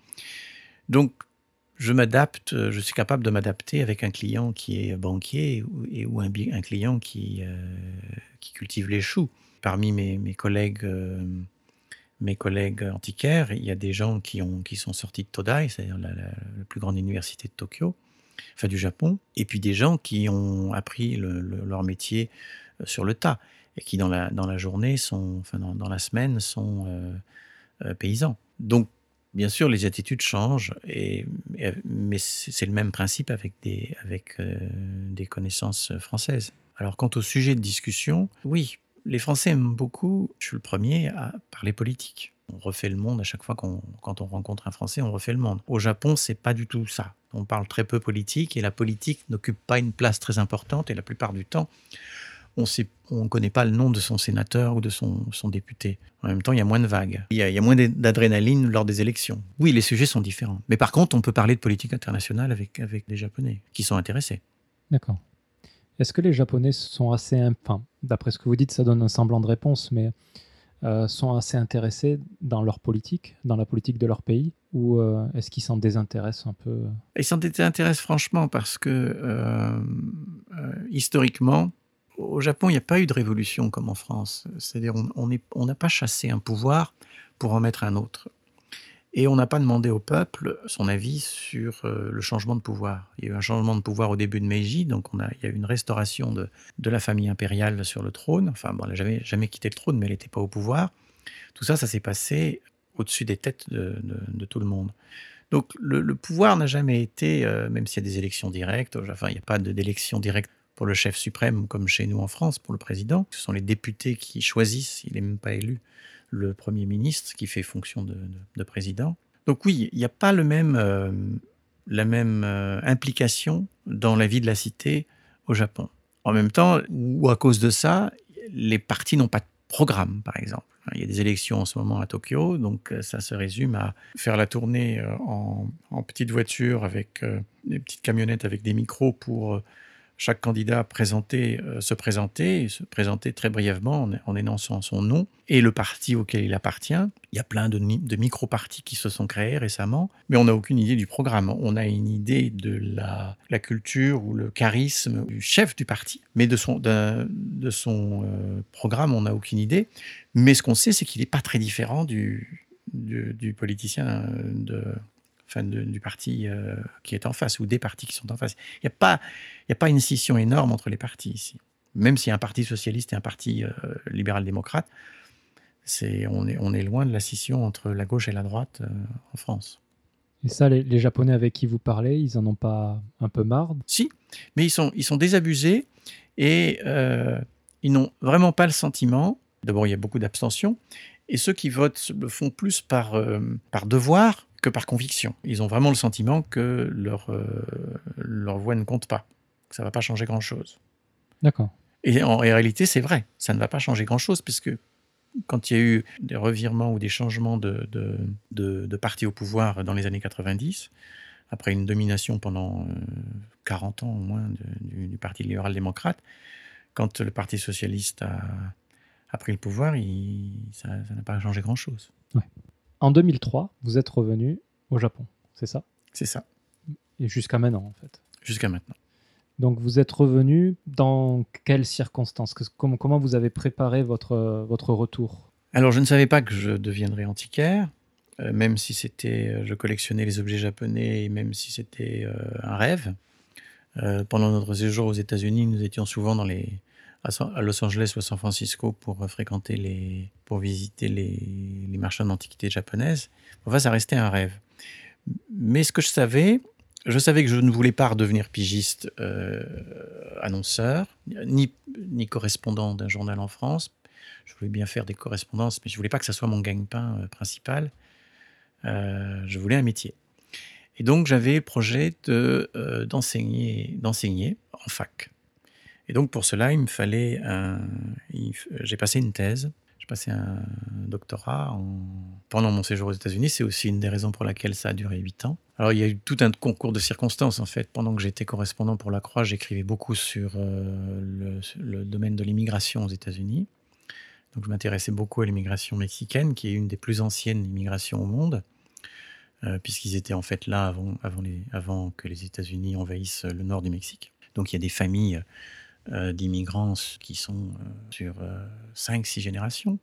Donc je m'adapte, heu, je suis capable de m'adapter avec un client qui est banquier ou et ou un bi un client qui, heu, qui cultive les choux. Parmi mes mes collègues, hem, mes collègues antiquaires, il y a des gens qui ont qui sont sortis de Todai, c'est-à-dire la la la plus grande université de Tokyo, enfin du Japon, et puis des gens qui ont appris le le leur métier, heu, sur le tas et qui dans la dans la journée sont enfin dans dans la semaine sont, heu heu, paysans. Donc bien sûr, les attitudes changent et et mais c'est c'est le même principe avec des avec, heu, des connaissances, françaises. Alors quant au sujet de discussion, oui, les Français aiment beaucoup, je suis le premier à parler politique. On refait le monde à chaque fois qu'on quand on rencontre un Français, on refait le monde. Au Japon, c'est pas du tout ça. On parle très peu politique et la politique n'occupe pas une place très importante et la plupart du temps, on sait on connaît pas le nom de son sénateur ou de son son député. En même temps, il y a moins de vagues. Il y a il y a moins d'é d'adrénaline lors des élections. Oui, les sujets sont différents. Mais par contre, on peut parler de politique internationale avec avec des Japonais qui sont intéressés. D'accord. Est-ce que les Japonais sont assez, im- enfin, d'après ce que vous dites, ça donne un semblant de réponse, mais euh, sont assez intéressés dans leur politique, dans la politique de leur pays, ou euh, est-ce qu'ils s'en désintéressent un peu? Ils s'en intéressent franchement parce que, hem, heu, historiquement, au Japon, il n'y a pas eu de révolution comme en France. C'est-à-dire on on est on n'a pas chassé un pouvoir pour en mettre un autre. Et on n'a pas demandé au peuple son avis sur, heu, le changement de pouvoir. Il y a eu un changement de pouvoir au début de Meiji, donc on a il y a eu une restauration de de la famille impériale sur le trône. Enfin bon, elle n'a jamais jamais quitté le trône, mais elle n'était pas au pouvoir. Tout ça, ça s'est passé au-dessus des têtes de de de tout le monde. Donc le le pouvoir n'a jamais été, heu, même s'il y a des élections directes, enfin il n'y a pas de d'élection directe pour le chef suprême comme chez nous en France, pour le président. Ce sont les députés qui choisissent, il est même pas élu, le premier ministre qui fait fonction de de de président. Donc oui, il n'y a pas le même, hem, la même, heu, implication dans la vie de la cité au Japon. En même temps, ou à cause de ça, les partis n'ont pas de programme, par exemple. Il y a des élections en ce moment à Tokyo, donc heu, ça se résume à faire la tournée, heu, en en petite voiture avec, heu, des petites camionnettes avec des micros pour, heu, chaque candidat présenter, heu, se présenter et se présenter très brièvement en en énonçant son nom et le parti auquel il appartient. Il y a plein de mi de micro-partis qui se sont créés récemment, mais on n'a aucune idée du programme. On a une idée de la la culture ou le charisme du chef du parti, mais de son d'un de son, heu, programme, on n'a aucune idée. Mais ce qu'on sait, c'est qu'il n'est pas très différent du du du politicien, heu, de enfin de du parti, heu, qui est en face ou des partis qui sont en face. Il y a pas il y a pas une scission énorme entre les partis ici. Même s'il y a un parti socialiste et un parti, heu, libéral-démocrate, c'est on est on est loin de la scission entre la gauche et la droite, heu, en France. Et ça, les, les Japonais avec qui vous parlez, ils en ont pas un peu marre? Si, mais ils sont ils sont désabusés et heu, ils n'ont vraiment pas le sentiment d'abord, il y a beaucoup d'abstention et ceux qui votent le font plus par, hem, par devoir que par conviction. Ils ont vraiment le sentiment que leur, heu, leur voix ne compte pas. que ça ne va pas changer grand-chose. D'accord. Et en réalité, c'est vrai, ça ne va pas changer grand-chose, puisque quand il y a eu des revirements ou des changements de, de, de, de partis au pouvoir dans les années quatre-vingt-dix, après une domination pendant euh, quarante ans au moins de, du, du Parti libéral-démocrate, quand le Parti socialiste a, a pris le pouvoir, il, ça ça n'a pas changé grand-chose. Ouais. En deux mille trois, vous êtes revenu au Japon, c'est ça? C'est ça, Et jusqu'à maintenant, en fait. jusqu'à maintenant. Donc, vous êtes revenu dans quelles circonstances? Que- comment, comment vous avez préparé votre, votre retour? Alors, je ne savais pas que je deviendrais antiquaire, euh, même si c'était, euh, je collectionnais les objets japonais, et même si c'était euh, un rêve. Euh, pendant notre séjour aux États-Unis, nous étions souvent dans les, à, San- à Los Angeles ou à San Francisco pour euh, fréquenter les, pour visiter les, les marchands d'antiquités japonaises. Enfin, ça restait un rêve. Mais ce que je savais, je savais que je ne voulais pas redevenir pigiste, euh, annonceur, ni, ni correspondant d'un journal en France. Je voulais bien faire des correspondances, mais je ne voulais pas que ça soit mon gagne-pain euh, principal. Euh, je voulais un métier. Et donc, j'avais le projet de, euh, d'enseigner, d'enseigner en fac. Et donc, pour cela, il me fallait un... il f- J'ai passé une thèse. J'ai passé un doctorat en- pendant mon séjour aux États-Unis. C'est aussi une des raisons pour laquelle ça a duré huit ans. Alors, il y a eu tout un concours de circonstances, en fait. Pendant que j'étais correspondant pour La Croix, j'écrivais beaucoup sur euh, le, le domaine de l'immigration aux États-Unis. Donc, je m'intéressais beaucoup à l'immigration mexicaine, qui est une des plus anciennes immigrations au monde. Euh, puisqu'ils étaient en fait là avant, avant, les, avant que les États-Unis envahissent le nord du Mexique. Donc il y a des familles euh, d'immigrants qui sont euh, sur euh, cinq six générations.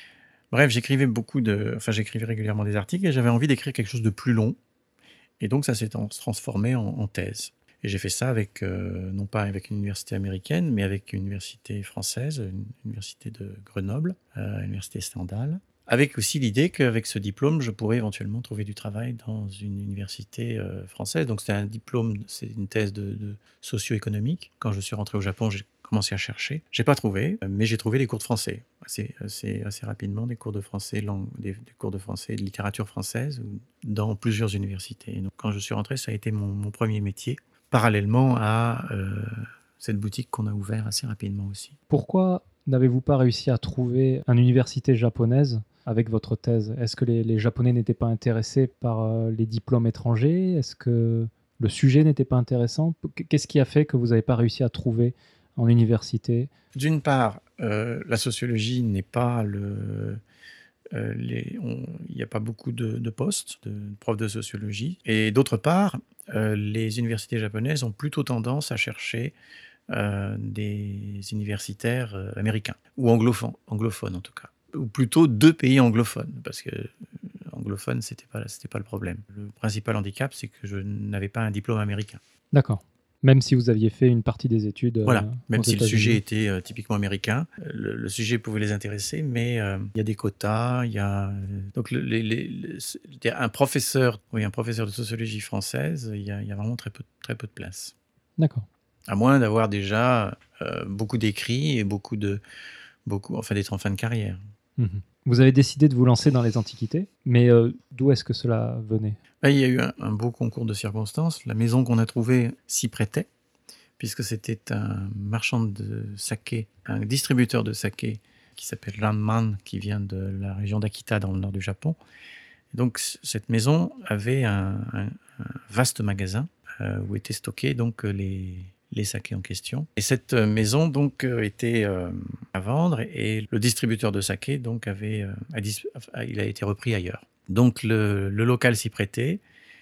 Bref, j'écrivais beaucoup de, enfin j'écrivais régulièrement des articles et j'avais envie d'écrire quelque chose de plus long. Et donc ça s'est transformé en, en thèse. Et j'ai fait ça avec, euh, non pas avec une université américaine, mais avec une université française, une université de Grenoble, euh, l'université Stendhal. Avec aussi l'idée qu'avec ce diplôme, je pourrais éventuellement trouver du travail dans une université euh, française. Donc c'était un diplôme, c'est une thèse de, de socio-économique. Quand je suis rentré au Japon, j'ai commencé à chercher. J'ai pas trouvé, mais j'ai trouvé des cours de français assez, assez, assez rapidement, des cours de français, langue, des, des cours de français, de littérature française dans plusieurs universités. Et donc quand je suis rentré, ça a été mon, mon premier métier, parallèlement à euh, cette boutique qu'on a ouverte assez rapidement aussi. Pourquoi n'avez-vous pas réussi à trouver une université japonaise avec votre thèse? Est-ce que les, les Japonais n'étaient pas intéressés par euh, les diplômes étrangers? Est-ce que le sujet n'était pas intéressant? Qu'est-ce qui a fait que vous n'avez pas réussi à trouver en université? D'une part, euh, la sociologie n'est pas le... Euh, les- on- il n'y a pas beaucoup de, de postes de profs de sociologie. Et d'autre part, euh, les universités japonaises ont plutôt tendance à chercher euh, des universitaires euh, américains, ou anglophones, anglophones en tout cas. Ou plutôt deux pays anglophones, parce que euh, anglophone, c'était pas, c'était pas le problème. Le principal handicap, c'est que je n'avais pas un diplôme américain. D'accord. Même si vous aviez fait une partie des études euh, Voilà, même aux si le États-Unis. sujet était euh, typiquement américain, euh, le, le sujet pouvait les intéresser, mais euh, il y a des quotas, il y a euh, donc le- les- les- les- un professeur, oui, un professeur de sociologie française, il y a, il y a vraiment très peu, très peu de place. D'accord. À moins d'avoir déjà euh, beaucoup d'écrits et beaucoup de, beaucoup, enfin d'être en fin de carrière. Mhm. Vous avez décidé de vous lancer dans les antiquités, mais euh, d'où est-ce que cela venait? Là, il y a eu un, un beau concours de circonstances. La maison qu'on a trouvée s'y prêtait, puisque c'était un marchand de saké, un distributeur de saké qui s'appelle Ranman, qui vient de la région d'Akita dans le nord du Japon. Et donc c- cette maison avait un, un- un vaste magasin euh, où étaient stockés donc euh, les, les sakés en question. Et cette euh, maison donc euh, était euh, à vendre et le distributeur de saké donc avait, euh, a dis- a- il a été repris ailleurs. Donc le, le local s'y prêtait.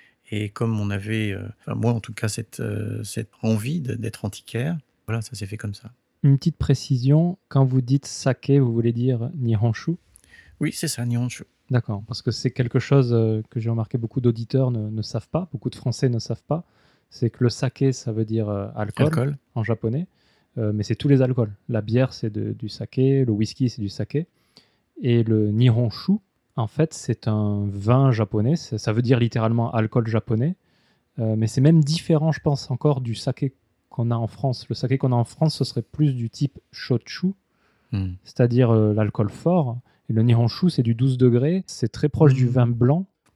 Et comme on avait, euh, enfin moi en tout cas, cette, euh, cette envie de- d'être antiquaire, voilà, ça s'est fait comme ça. Une petite précision, quand vous dites saké, vous voulez dire nihonshu? Oui, c'est ça, Nihonshu. D'accord, parce que c'est quelque chose euh, que j'ai remarqué beaucoup d'auditeurs ne, ne savent pas, beaucoup de Français ne savent pas, c'est que le saké, ça veut dire euh, alcool, Alcool. en japonais, euh, mais c'est tous les alcools. La bière, c'est de- du saké, le whisky, c'est du saké, et le nihonshu, en fait, c'est un vin japonais, ça, ça veut dire littéralement alcool japonais, euh, mais c'est même différent, je pense, encore du saké qu'on a en France. Le saké qu'on a en France, ce serait plus du type shochu, Hmm. c'est-à-dire euh, l'alcool fort. Et le nihonshu, c'est du douze degrés. C'est très proche du Hmm. vin blanc.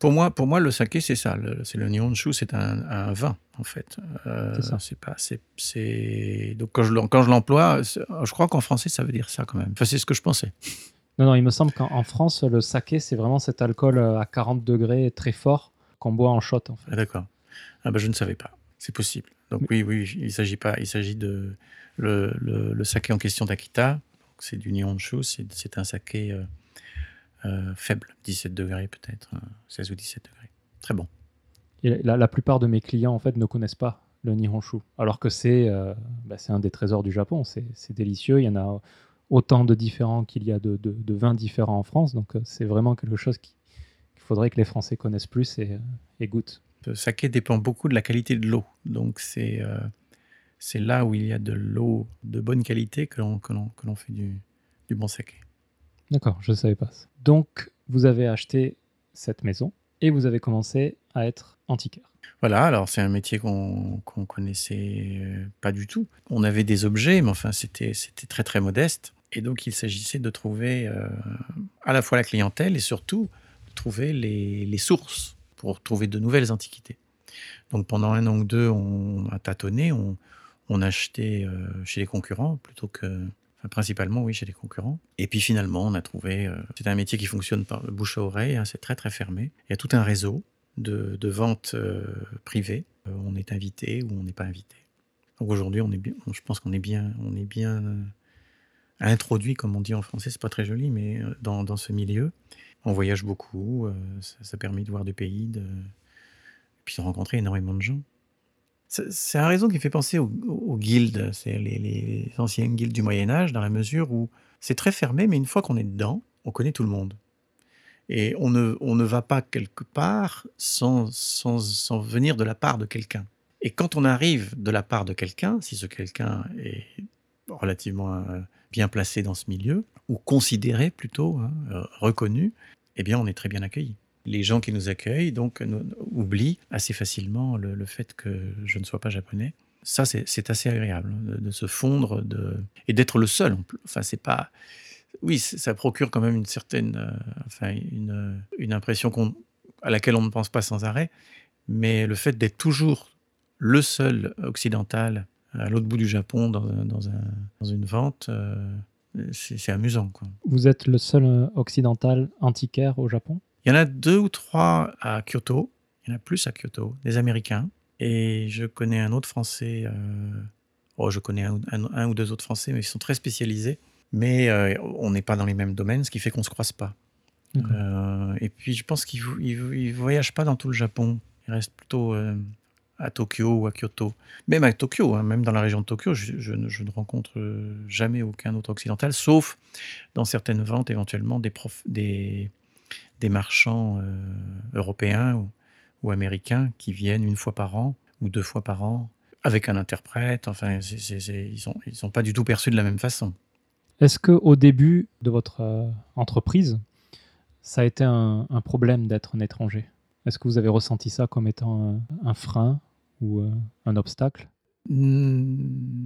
Pour moi, pour moi, le saké, c'est ça. Le, c'est le Nihonshu, c'est un, un vin, en fait. Euh, C'est ça. c'est pas, c'est, c'est... Donc, quand je, l'em- quand je l'emploie, c'est- je crois qu'en français, ça veut dire ça quand même. Enfin, c'est ce que je pensais. Non, non, il me semble qu'en en France, le saké, c'est vraiment cet alcool euh, à quarante degrés très fort qu'on boit en shot, en Ah, fait. d'accord. Ah, ben, je ne savais pas. C'est possible. Donc, Mais- oui, oui, il s'agit pas. Il s'agit de. Le, le, le saké en question d'Akita, donc c'est du Nihonshu, c'est, c'est un saké euh, euh, faible, dix-sept degrés peut-être, euh, seize ou dix-sept degrés. Très bon. Et la, la plupart de mes clients, en fait, ne connaissent pas le Nihonshu, alors que c'est euh, bah, c'est un des trésors du Japon. C'est c'est délicieux. Il y en a autant de différents qu'il y a de, de, de vins différents en France. Donc, euh, c'est vraiment quelque chose qui- qu'il faudrait que les Français connaissent plus et, euh, et goûtent. Le saké dépend beaucoup de la qualité de l'eau. Donc, c'est, euh, c'est là où il y a de l'eau de bonne qualité que l'on, que l'on, que l'on fait du, du bon saké. D'accord, je ne savais pas ça. Donc, vous avez acheté cette maison et vous avez commencé à être antiquaire. Voilà, alors c'est un métier qu'on qu'on connaissait euh, pas du tout. On avait des objets, mais enfin, c'était, c'était très, très modeste. Et donc, il s'agissait de trouver euh, à la fois la clientèle et surtout de trouver les, les sources pour trouver de nouvelles antiquités. Donc, pendant un an ou deux, on a tâtonné, on, on achetait euh, chez les concurrents plutôt que... Enfin, principalement, oui, chez les concurrents. Et puis finalement, on a trouvé... euh, c'est un métier qui fonctionne par le bouche à oreille, hein, c'est très, très fermé. Il y a tout un réseau de, de ventes euh, privées. Euh, on est invité ou on n'est pas invité. Donc aujourd'hui, on est bien, je pense qu'on est bien, on est bien euh, introduit, comme on dit en français, c'est pas très joli, mais euh, dans, dans ce milieu. On voyage beaucoup, euh, ça, ça permet de voir des pays, de, et puis de rencontrer énormément de gens. C'est c'est un réseau qui fait penser aux, aux guildes, c'est les, les anciennes guildes du Moyen-Âge, dans la mesure où c'est très fermé, mais une fois qu'on est dedans, on connaît tout le monde. Et on ne, on ne va pas quelque part sans, sans, sans venir de la part de quelqu'un. Et quand on arrive de la part de quelqu'un, si ce quelqu'un est relativement euh, bien placé dans ce milieu, ou considéré plutôt, hein, euh, reconnu, eh bien on est très bien accueilli. Les gens qui nous accueillent donc nous, oublient assez facilement le, le fait que je ne sois pas japonais. Ça, c'est, c'est assez agréable hein, de, de se fondre de, et d'être le seul. Enfin, c'est pas. Oui, ça procure quand même une certaine, euh, enfin, une, une impression qu'on, à laquelle on ne pense pas sans arrêt. Mais le fait d'être toujours le seul occidental à l'autre bout du Japon dans, dans, un, dans une vente, euh, c'est, c'est amusant, quoi. Vous êtes le seul euh, occidental antiquaire au Japon? Il y en a deux ou trois à Kyoto. Il y en a plus à Kyoto, des Américains. Et je connais un autre Français. Euh, oh, je connais un, un, un ou deux autres Français, mais ils sont très spécialisés. Mais euh, on n'est pas dans les mêmes domaines, ce qui fait qu'on ne se croise pas. Euh, et puis, je pense qu'ils ne voyagent pas dans tout le Japon. Ils restent plutôt euh, à Tokyo ou à Kyoto. Même à Tokyo, hein, même dans la région de Tokyo, je, je, ne, je ne rencontre jamais aucun autre occidental, sauf dans certaines ventes, éventuellement, des, prof, des, des marchands euh, européens ou, ou américains qui viennent une fois par an ou deux fois par an avec un interprète. Enfin, c'est, c'est, c'est, ils ne sont, ils sont pas du tout perçus de la même façon. Est-ce qu'au début de votre euh, entreprise, ça a été un, un problème d'être un étranger? Est-ce que vous avez ressenti ça comme étant un, un frein ou euh, un obstacle? mmh,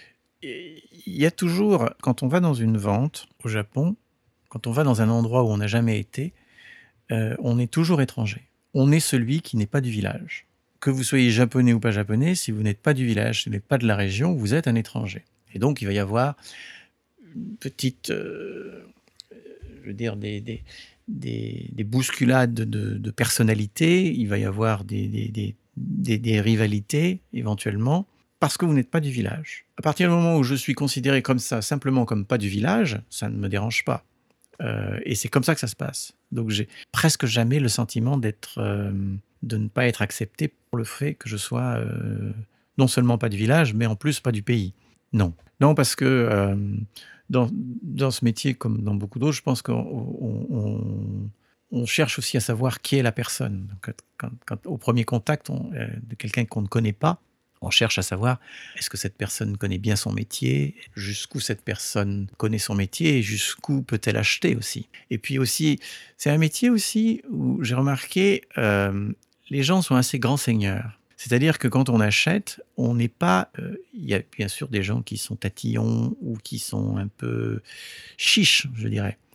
Il y a toujours, quand on va dans une vente au Japon, quand on va dans un endroit où on n'a jamais été, euh, on est toujours étranger. On est celui qui n'est pas du village. Que vous soyez japonais ou pas japonais, si vous n'êtes pas du village, si vous n'êtes pas de la région, vous êtes un étranger. Et donc, il va y avoir une petite, euh, je veux dire, des, des, des, des bousculades de, de personnalité, il va y avoir des, des, des, des, des rivalités, éventuellement, parce que vous n'êtes pas du village. À partir du moment où je suis considéré comme ça, simplement comme pas du village, ça ne me dérange pas. Euh, et c'est comme ça que ça se passe. Donc j'ai presque jamais le sentiment d'être, euh, de ne pas être accepté pour le fait que je sois euh, non seulement pas du village, mais en plus pas du pays. Non. Non, parce que euh, dans, dans ce métier, comme dans beaucoup d'autres, je pense qu'on on, on, on cherche aussi à savoir qui est la personne. Donc, quand, quand, au premier contact on, euh, de quelqu'un qu'on ne connaît pas, on cherche à savoir, est-ce que cette personne connaît bien son métier? Jusqu'où cette personne connaît son métier? Et jusqu'où peut-elle acheter aussi? Et puis aussi, c'est un métier aussi où j'ai remarqué, euh, les gens sont assez grands seigneurs. C'est-à-dire que quand on achète, on n'est pas... Euh, il y a bien sûr des gens qui sont tatillons ou qui sont un peu chiches, je dirais.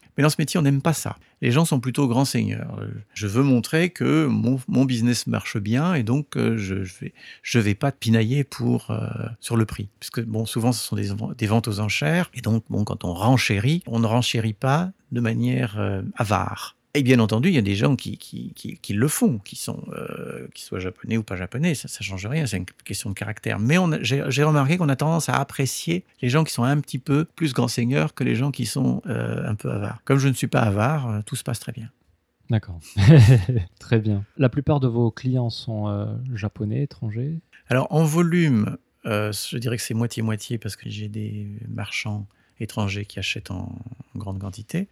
Mais dans ce métier, on n'aime pas ça. Les gens sont plutôt grands seigneurs. Je veux montrer que mon, mon business marche bien et donc euh, je ne vais, je vais pas pinailler pour, euh, sur le prix. Parce que bon, souvent, ce sont des, des ventes aux enchères. Et donc, bon, quand on renchérit, on ne renchérit pas de manière euh, avare. Et bien entendu, il y a des gens qui, qui, qui, qui le font, qui sont, euh, qui soient japonais ou pas japonais, ça ne change rien, c'est une question de caractère. Mais on a, j'ai, j'ai remarqué qu'on a tendance à apprécier les gens qui sont un petit peu plus grands seigneurs que les gens qui sont euh, un peu avares. Comme je ne suis pas avare, euh, tout se passe très bien. D'accord. Très bien. La plupart de vos clients sont euh, japonais, étrangers? Alors en volume, euh, je dirais que c'est moitié-moitié parce que j'ai des marchands étrangers qui achètent en grande quantité.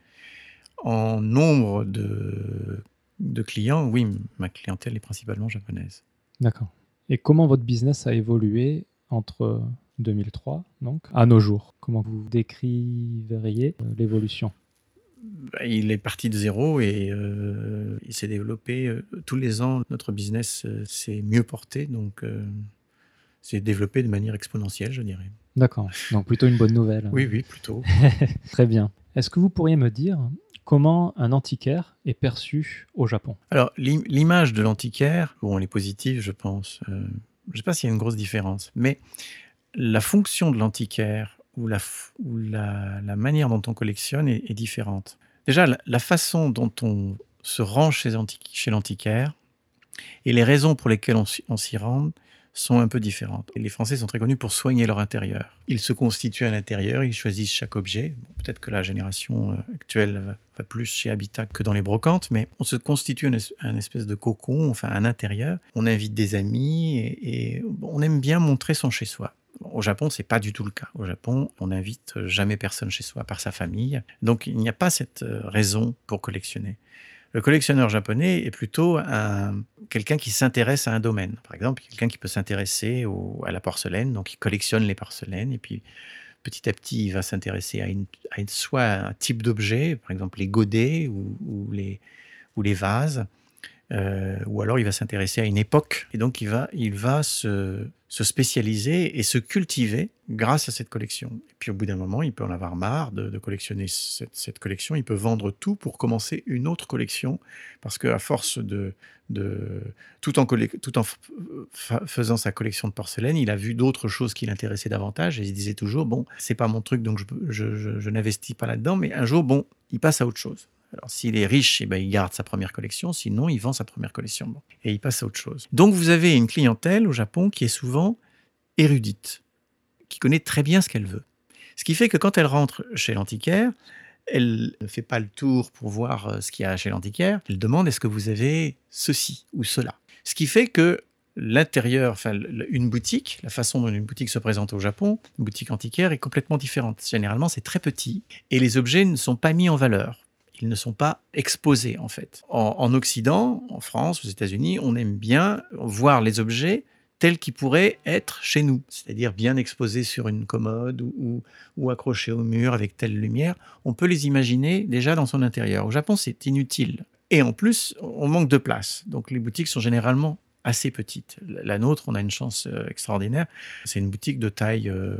En nombre de, de clients, oui, ma clientèle est principalement japonaise. D'accord. Et comment votre business a évolué entre deux mille trois, donc, à nos jours? Comment vous décriveriez euh, l'évolution? Il est parti de zéro et euh, il s'est développé. Euh, tous les ans, notre business euh, s'est mieux porté, donc euh, s'est développé de manière exponentielle, je dirais. D'accord. Donc plutôt une bonne nouvelle. Oui, oui, plutôt. Très bien. Est-ce que vous pourriez me dire comment un antiquaire est perçu au Japon? Alors, l'im- l'image de l'antiquaire, bon, elle est positive, je pense. Euh, je ne sais pas s'il y a une grosse différence, mais la fonction de l'antiquaire ou la, f- ou la, la manière dont on collectionne est, est différente. Déjà, la, la façon dont on se rend chez, anti- chez l'antiquaire et les raisons pour lesquelles on, s'y- on s'y rend sont un peu différentes. Et les Français sont très connus pour soigner leur intérieur. Ils se constituent à l'intérieur, ils choisissent chaque objet. Bon, peut-être que la génération euh, actuelle va, va plus chez Habitat que dans les brocantes, mais on se constitue un, es- un espèce de cocon, enfin un intérieur. On invite des amis et, et on aime bien montrer son chez-soi. Au Japon, c'est pas du tout le cas. Au Japon, on n'invite jamais personne chez soi, à part sa famille. Donc, il n'y a pas cette euh, raison pour collectionner. Le collectionneur japonais est plutôt un, quelqu'un qui s'intéresse à un domaine. Par exemple, quelqu'un qui peut s'intéresser au- à la porcelaine, donc il collectionne les porcelaines, et puis petit à petit, il va s'intéresser à, une, à une, soit un type d'objet, par exemple les godets ou, ou, les, ou les vases, euh, ou alors il va s'intéresser à une époque, et donc il va, il va se, se spécialiser et se cultiver grâce à cette collection. Et puis au bout d'un moment, il peut en avoir marre de, de collectionner cette, cette collection, il peut vendre tout pour commencer une autre collection, parce qu'à force de... de tout en, colle- tout en f- f- faisant sa collection de porcelaine, il a vu d'autres choses qui l'intéressaient davantage, et il se disait toujours, bon, c'est pas mon truc, donc je, je, je, je n'investis pas là-dedans, mais un jour, bon, il passe à autre chose. Alors, s'il est riche, eh ben, il garde sa première collection, sinon, il vend sa première collection. Bon, et il passe à autre chose. Donc, vous avez une clientèle au Japon qui est souvent érudite, qui connaît très bien ce qu'elle veut. Ce qui fait que quand elle rentre chez l'antiquaire, elle ne fait pas le tour pour voir ce qu'il y a chez l'antiquaire, elle demande est-ce que vous avez ceci ou cela. Ce qui fait que l'intérieur, enfin une boutique, la façon dont une boutique se présente au Japon, une boutique antiquaire est complètement différente. Généralement, c'est très petit et les objets ne sont pas mis en valeur. Ils ne sont pas exposés, en fait. En, en Occident, en France, aux États-Unis, on aime bien voir les objets tels qu'ils pourraient être chez nous, c'est-à-dire bien exposés sur une commode ou, ou, ou accrochés au mur avec telle lumière. On peut les imaginer déjà dans son intérieur. Au Japon, c'est inutile. Et en plus, on manque de place. Donc les boutiques sont généralement assez petites. La nôtre, on a une chance euh, extraordinaire. C'est une boutique de taille... Euh,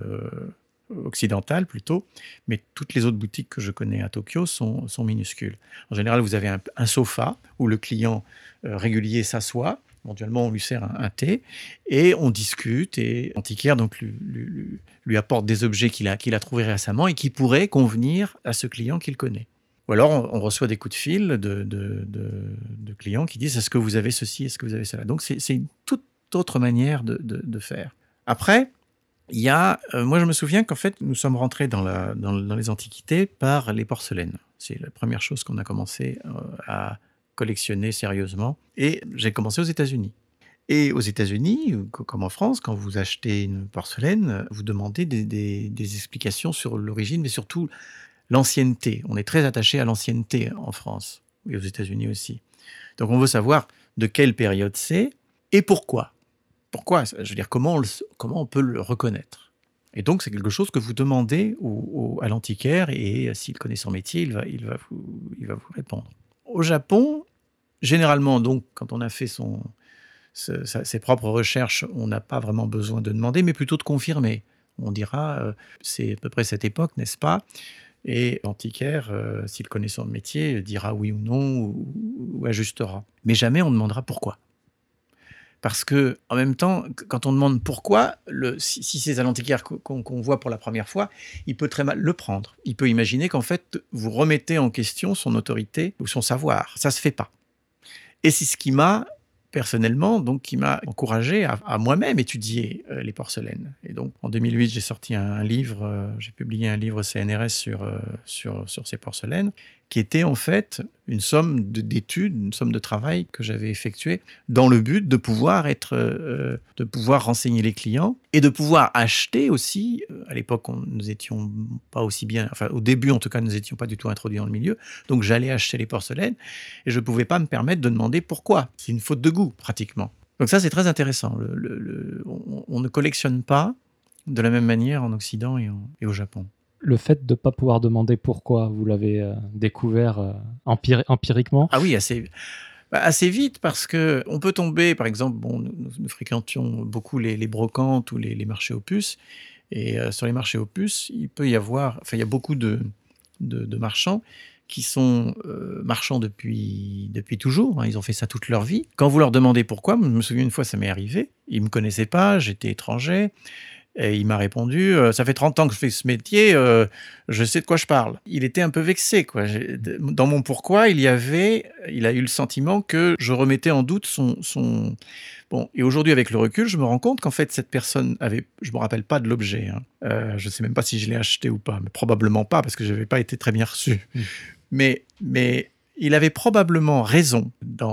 occidentale plutôt, mais toutes les autres boutiques que je connais à Tokyo sont, sont minuscules. En général, vous avez un, un sofa où le client euh, régulier s'assoit, éventuellement on lui sert un, un thé, et on discute, et l'antiquaire donc lui, lui, lui apporte des objets qu'il a, qu'il a trouvés récemment et qui pourraient convenir à ce client qu'il connaît. Ou alors on, on reçoit des coups de fil de, de, de, de clients qui disent « est-ce que vous avez ceci, est-ce que vous avez cela ?» Donc c'est, c'est une toute autre manière de, de, de faire. Après, il y a, euh, moi je me souviens qu'en fait nous sommes rentrés dans, la, dans, dans les antiquités par les porcelaines. C'est la première chose qu'on a commencé euh, à collectionner sérieusement. Et j'ai commencé aux États-Unis. Et aux États-Unis, comme en France, quand vous achetez une porcelaine, vous demandez des, des, des explications sur l'origine, mais surtout l'ancienneté. On est très attaché à l'ancienneté en France, et aux États-Unis aussi. Donc on veut savoir de quelle période c'est et pourquoi. Pourquoi ? Je veux dire, comment on, le, comment on peut le reconnaître ? Et donc, c'est quelque chose que vous demandez au, au, à l'antiquaire et s'il connaît son métier, il va, il, va vous, il va vous répondre. Au Japon, généralement, donc, quand on a fait son, ce, sa, ses propres recherches, on n'a pas vraiment besoin de demander, mais plutôt de confirmer. On dira, euh, c'est à peu près cette époque, n'est-ce pas ? Et l'antiquaire, euh, s'il connaît son métier, dira oui ou non ou, ou ajustera. Mais jamais on ne demandera pourquoi. Parce que, en même temps, quand on demande pourquoi, le, si, si c'est à l'antiquaire qu'on, qu'on voit pour la première fois, il peut très mal le prendre. Il peut imaginer qu'en fait, vous remettez en question son autorité ou son savoir. Ça se fait pas. Et c'est ce qui m'a, personnellement, donc qui m'a encouragé à, à moi-même étudier euh, les porcelaines. Et donc, en deux mille huit, j'ai sorti un, un livre, euh, j'ai publié un livre C N R S sur, euh, sur, sur ces porcelaines, qui était en fait une somme de, d'études, une somme de travail que j'avais effectuée dans le but de pouvoir être, euh, de pouvoir renseigner les clients et de pouvoir acheter aussi. À l'époque, on, nous étions pas aussi bien, enfin au début en tout cas, nous étions pas du tout introduits dans le milieu. Donc j'allais acheter les porcelaines et je pouvais pas me permettre de demander pourquoi. C'est une faute de goût pratiquement. Donc ça, c'est très intéressant. Le, le, le, on, on ne collectionne pas de la même manière en Occident et, en, et au Japon. Le fait de ne pas pouvoir demander pourquoi, vous l'avez euh, découvert euh, empiri- empiriquement? Ah oui, assez, bah, assez vite, parce qu'on peut tomber, par exemple, bon, nous, nous fréquentions beaucoup les, les brocantes ou les, les marchés aux puces, et euh, sur les marchés aux puces, il peut y avoir, enfin il y a beaucoup de, de, de marchands qui sont euh, marchands depuis, depuis toujours, hein, ils ont fait ça toute leur vie. Quand vous leur demandez pourquoi, je me souviens une fois, ça m'est arrivé, ils ne me connaissaient pas, j'étais étranger, et il m'a répondu euh, « Ça fait trente ans que je fais ce métier, euh, je sais de quoi je parle ». Il était un peu vexé, quoi. J'ai, dans mon pourquoi, il y avait, il a eu le sentiment que je remettais en doute son... son... Bon, et aujourd'hui, avec le recul, je me rends compte qu'en fait, cette personne avait... Je ne me rappelle pas de l'objet. Hein. Euh, je ne sais même pas si je l'ai acheté ou pas, mais probablement pas, parce que je n'avais pas été très bien reçu. Mmh. Mais... mais il avait probablement raison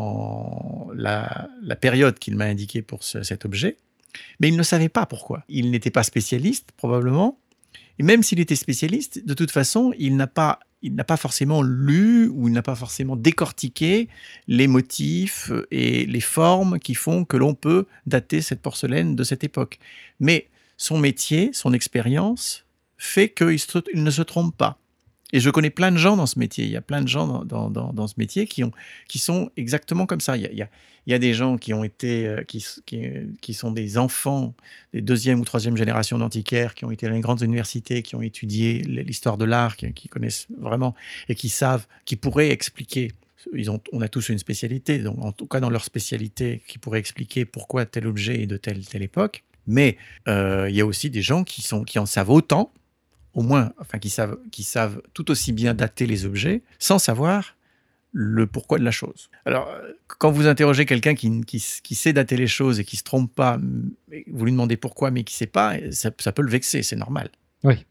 dans la, la période qu'il m'a indiquée pour ce, cet objet. Mais il ne savait pas pourquoi. Il n'était pas spécialiste, probablement. Et même s'il était spécialiste, de toute façon, il n'a pas, il n'a pas forcément lu ou il n'a pas forcément décortiqué les motifs et les formes qui font que l'on peut dater cette porcelaine de cette époque. Mais son métier, son expérience, fait qu'il se, il ne se trompe pas. Et je connais plein de gens dans ce métier. Il y a plein de gens dans, dans, dans ce métier qui, ont, qui sont exactement comme ça. Il y a, il y a, il y a des gens qui ont été, qui, qui, qui sont des enfants des deuxième ou troisième génération d'antiquaires, qui ont été dans les grandes universités, qui ont étudié l'histoire de l'art, qui, qui connaissent vraiment et qui savent, qui pourraient expliquer. Ils ont, on a tous une spécialité, donc en tout cas dans leur spécialité, qui pourraient expliquer pourquoi tel objet est de telle telle époque. Mais euh, il y a aussi des gens qui, sont, qui en savent autant, au moins, enfin, qui savent, qui savent tout aussi bien dater les objets, sans savoir le pourquoi de la chose. Alors, quand vous interrogez quelqu'un qui, qui, qui sait dater les choses et qui ne se trompe pas, vous lui demandez pourquoi, mais qui ne sait pas, ça, ça peut le vexer, c'est normal. Oui,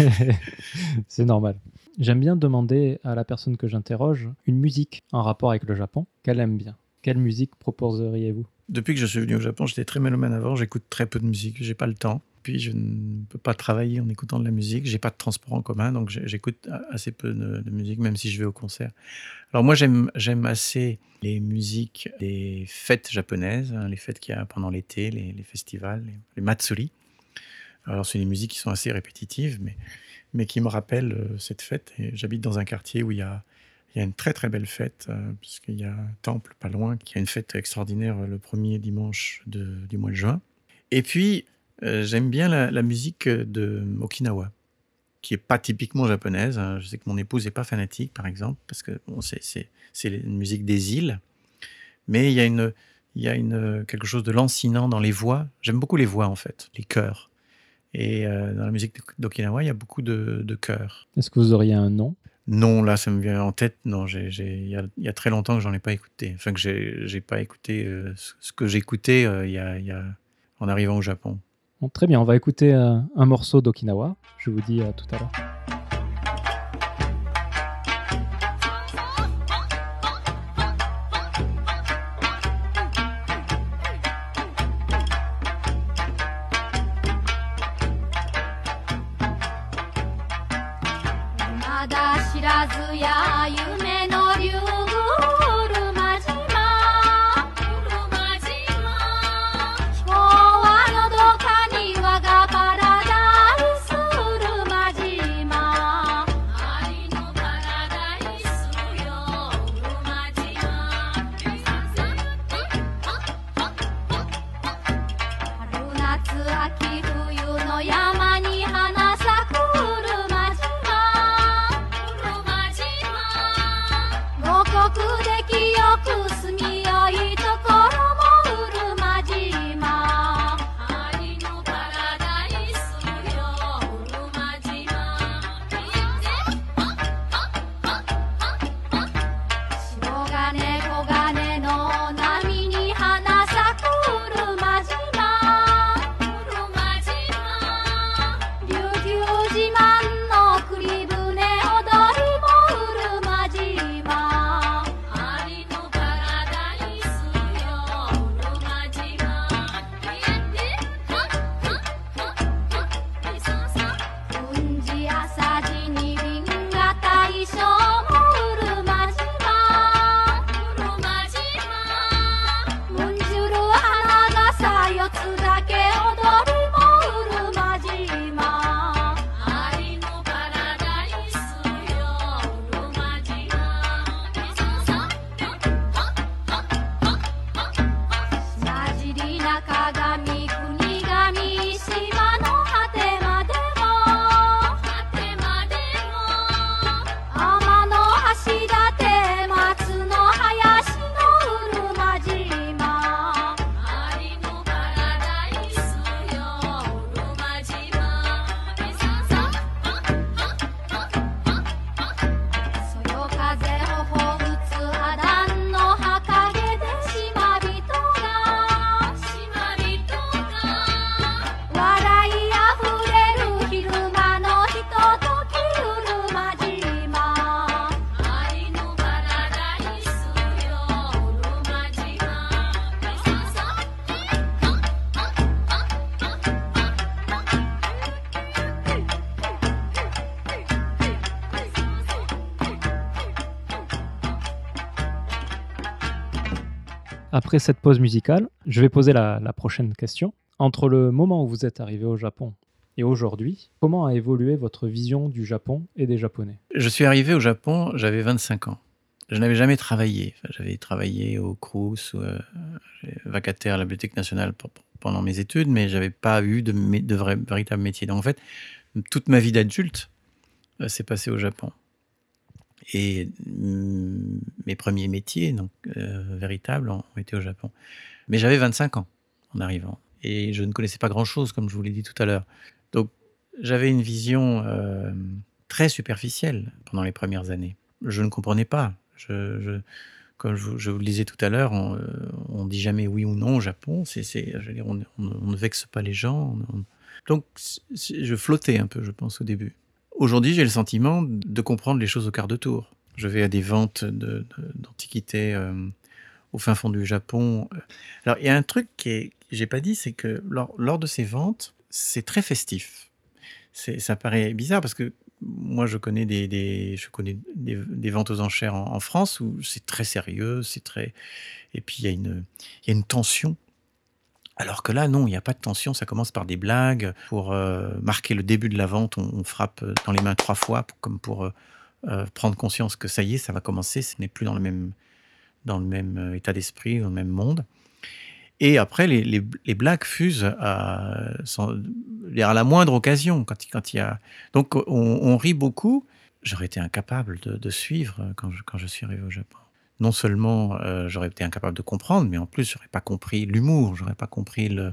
c'est normal. J'aime bien demander à la personne que j'interroge une musique en rapport avec le Japon qu'elle aime bien. Quelle musique proposeriez-vous ? Depuis que je suis venu au Japon, j'étais très mélomane avant, j'écoute très peu de musique, j'ai pas le temps. Puis je ne peux pas travailler en écoutant de la musique, j'ai pas de transport en commun, donc j'écoute assez peu de, de musique, même si je vais au concert. Alors moi, j'aime, j'aime assez les musiques des fêtes japonaises, hein, les fêtes qu'il y a pendant l'été, les, les festivals, les, les matsuri. Alors c'est des musiques qui sont assez répétitives, mais, mais qui me rappellent euh, cette fête. Et j'habite dans un quartier où il y a Il y a une très très belle fête, euh, puisqu'il y a un temple pas loin, qui a une fête extraordinaire euh, le premier dimanche de, du mois de juin. Et puis, euh, j'aime bien la, la musique de Okinawa, qui n'est pas typiquement japonaise. Hein. Je sais que mon épouse n'est pas fanatique, par exemple, parce que bon, c'est, c'est, c'est une musique des îles. Mais il y a, une, il y a une, quelque chose de lancinant dans les voix. J'aime beaucoup les voix, en fait, les chœurs. Et euh, dans la musique d'Okinawa, il y a beaucoup de, de chœurs. Est-ce que vous auriez un nom ? Non, là, ça me vient en tête. Non, j'ai, j'ai, il y a, il y a très longtemps que j'en ai pas écouté. Enfin, que j'ai, j'ai pas écouté euh, ce que j'écoutais euh, il y a, il y a, en arrivant au Japon. Bon, très bien, on va écouter euh, un morceau d'Okinawa. Je vous dis à tout à l'heure. 秋冬の山に花咲くるまじま Après cette pause musicale, je vais poser la, la prochaine question. Entre le moment où vous êtes arrivé au Japon et aujourd'hui, comment a évolué votre vision du Japon et des Japonais? Je suis arrivé au Japon, j'avais vingt-cinq ans. Je n'avais jamais travaillé. Enfin, j'avais travaillé au Crous, ou, euh, vacataire à la Bibliothèque nationale pour- pour- pendant mes études, mais j'avais pas eu de, mé- de vrai, véritable métier. Donc en fait, toute ma vie d'adulte euh, s'est passée au Japon. Et mm, mes premiers métiers, donc euh, véritables, ont ont été au Japon. Mais j'avais vingt-cinq ans en arrivant. Et je ne connaissais pas grand-chose, comme je vous l'ai dit tout à l'heure. Donc, j'avais une vision euh, très superficielle pendant les premières années. Je ne comprenais pas. Je, je- comme je, vous je vous le disais tout à l'heure, on ne dit jamais oui ou non au Japon. C'est, c'est, je veux dire, on, on- on ne vexe pas les gens. on- on- Donc, c'est- je flottais un peu, je pense, au début. Aujourd'hui, j'ai le sentiment de comprendre les choses au quart de tour. Je vais à des ventes de- de- d'antiquités euh, au fin fond du Japon. Alors, il y a un truc qui est, que j'ai pas dit, c'est que lors, lors de ces ventes, c'est très festif. C'est, ça paraît bizarre parce que moi, je connais des, des- je connais des, des ventes aux enchères en, en France où c'est très sérieux, c'est très, et puis il y a une, il y a une tension. Alors que là, non, il n'y a pas de tension. Ça commence par des blagues. Pour euh, marquer le début de la vente, on, on frappe dans les mains trois fois, pour- comme pour euh, euh, prendre conscience que ça y est, ça va commencer. Ce n'est plus dans le même, dans le même euh, état d'esprit, dans le même monde. Et après, les, les- les blagues fusent à, sans- à la moindre occasion. Quand, il- quand il y a... Donc, on, on rit beaucoup. J'aurais été incapable de, de suivre quand je, quand je suis arrivé au Japon. Non seulement euh, j'aurais été incapable de comprendre, mais en plus, j'aurais pas compris l'humour, j'aurais pas compris le,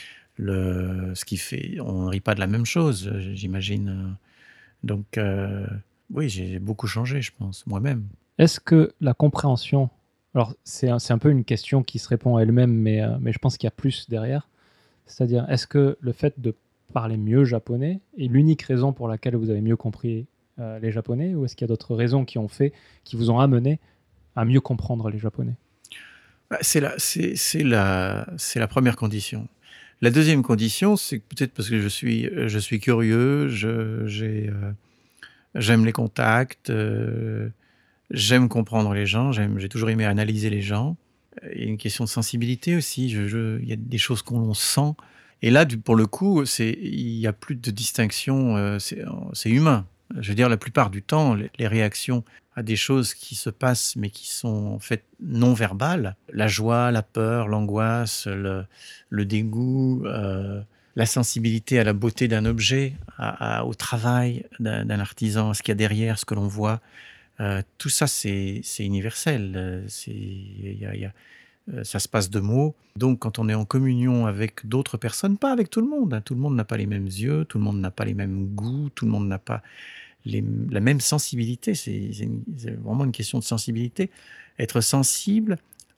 le, ce qui fait. On ne rit pas de la même chose, j'imagine. Donc, euh, oui, j'ai beaucoup changé, je pense, moi-même. Est-ce que la compréhension, alors c'est un, c'est un peu une question qui se répond à elle-même, mais, euh, mais je pense qu'il y a plus derrière. C'est-à-dire, est-ce que le fait de parler mieux japonais est l'unique raison pour laquelle vous avez mieux compris euh, les Japonais, ou est-ce qu'il y a d'autres raisons qui ont fait, qui vous ont amené à mieux comprendre les Japonais? Bah, C'est la, c'est, c'est la, c'est la première condition. La deuxième condition, c'est que peut-être parce que je suis, je suis curieux, je, j'ai, euh, j'aime les contacts, euh, j'aime comprendre les gens, j'aime, j'ai toujours aimé analyser les gens. Il y a une question de sensibilité aussi. Je, je- il y a des choses qu'on sent. Et là, du- pour le coup, c'est, il n'y a plus de distinction. euh, c'est, c'est humain. Je veux dire, la plupart du temps, les, les réactions à des choses qui se passent, mais qui sont en fait non verbales, la joie, la peur, l'angoisse, le, le dégoût, euh, la sensibilité à la beauté d'un objet, à- à- au travail d'un, d'un artisan, ce qu'il y a derrière, ce que l'on voit, euh, tout ça, c'est, c'est universel. Euh, C'est, il y a- il y a- euh, ça se passe de mots. Donc, quand on est en communion avec d'autres personnes, pas avec tout le monde, hein, tout le monde n'a pas les mêmes yeux, tout le monde n'a pas les mêmes goûts, tout le monde n'a pas les- la même sensibilité. C'est, c'est une- c'est vraiment une question de sensibilité. Être sensible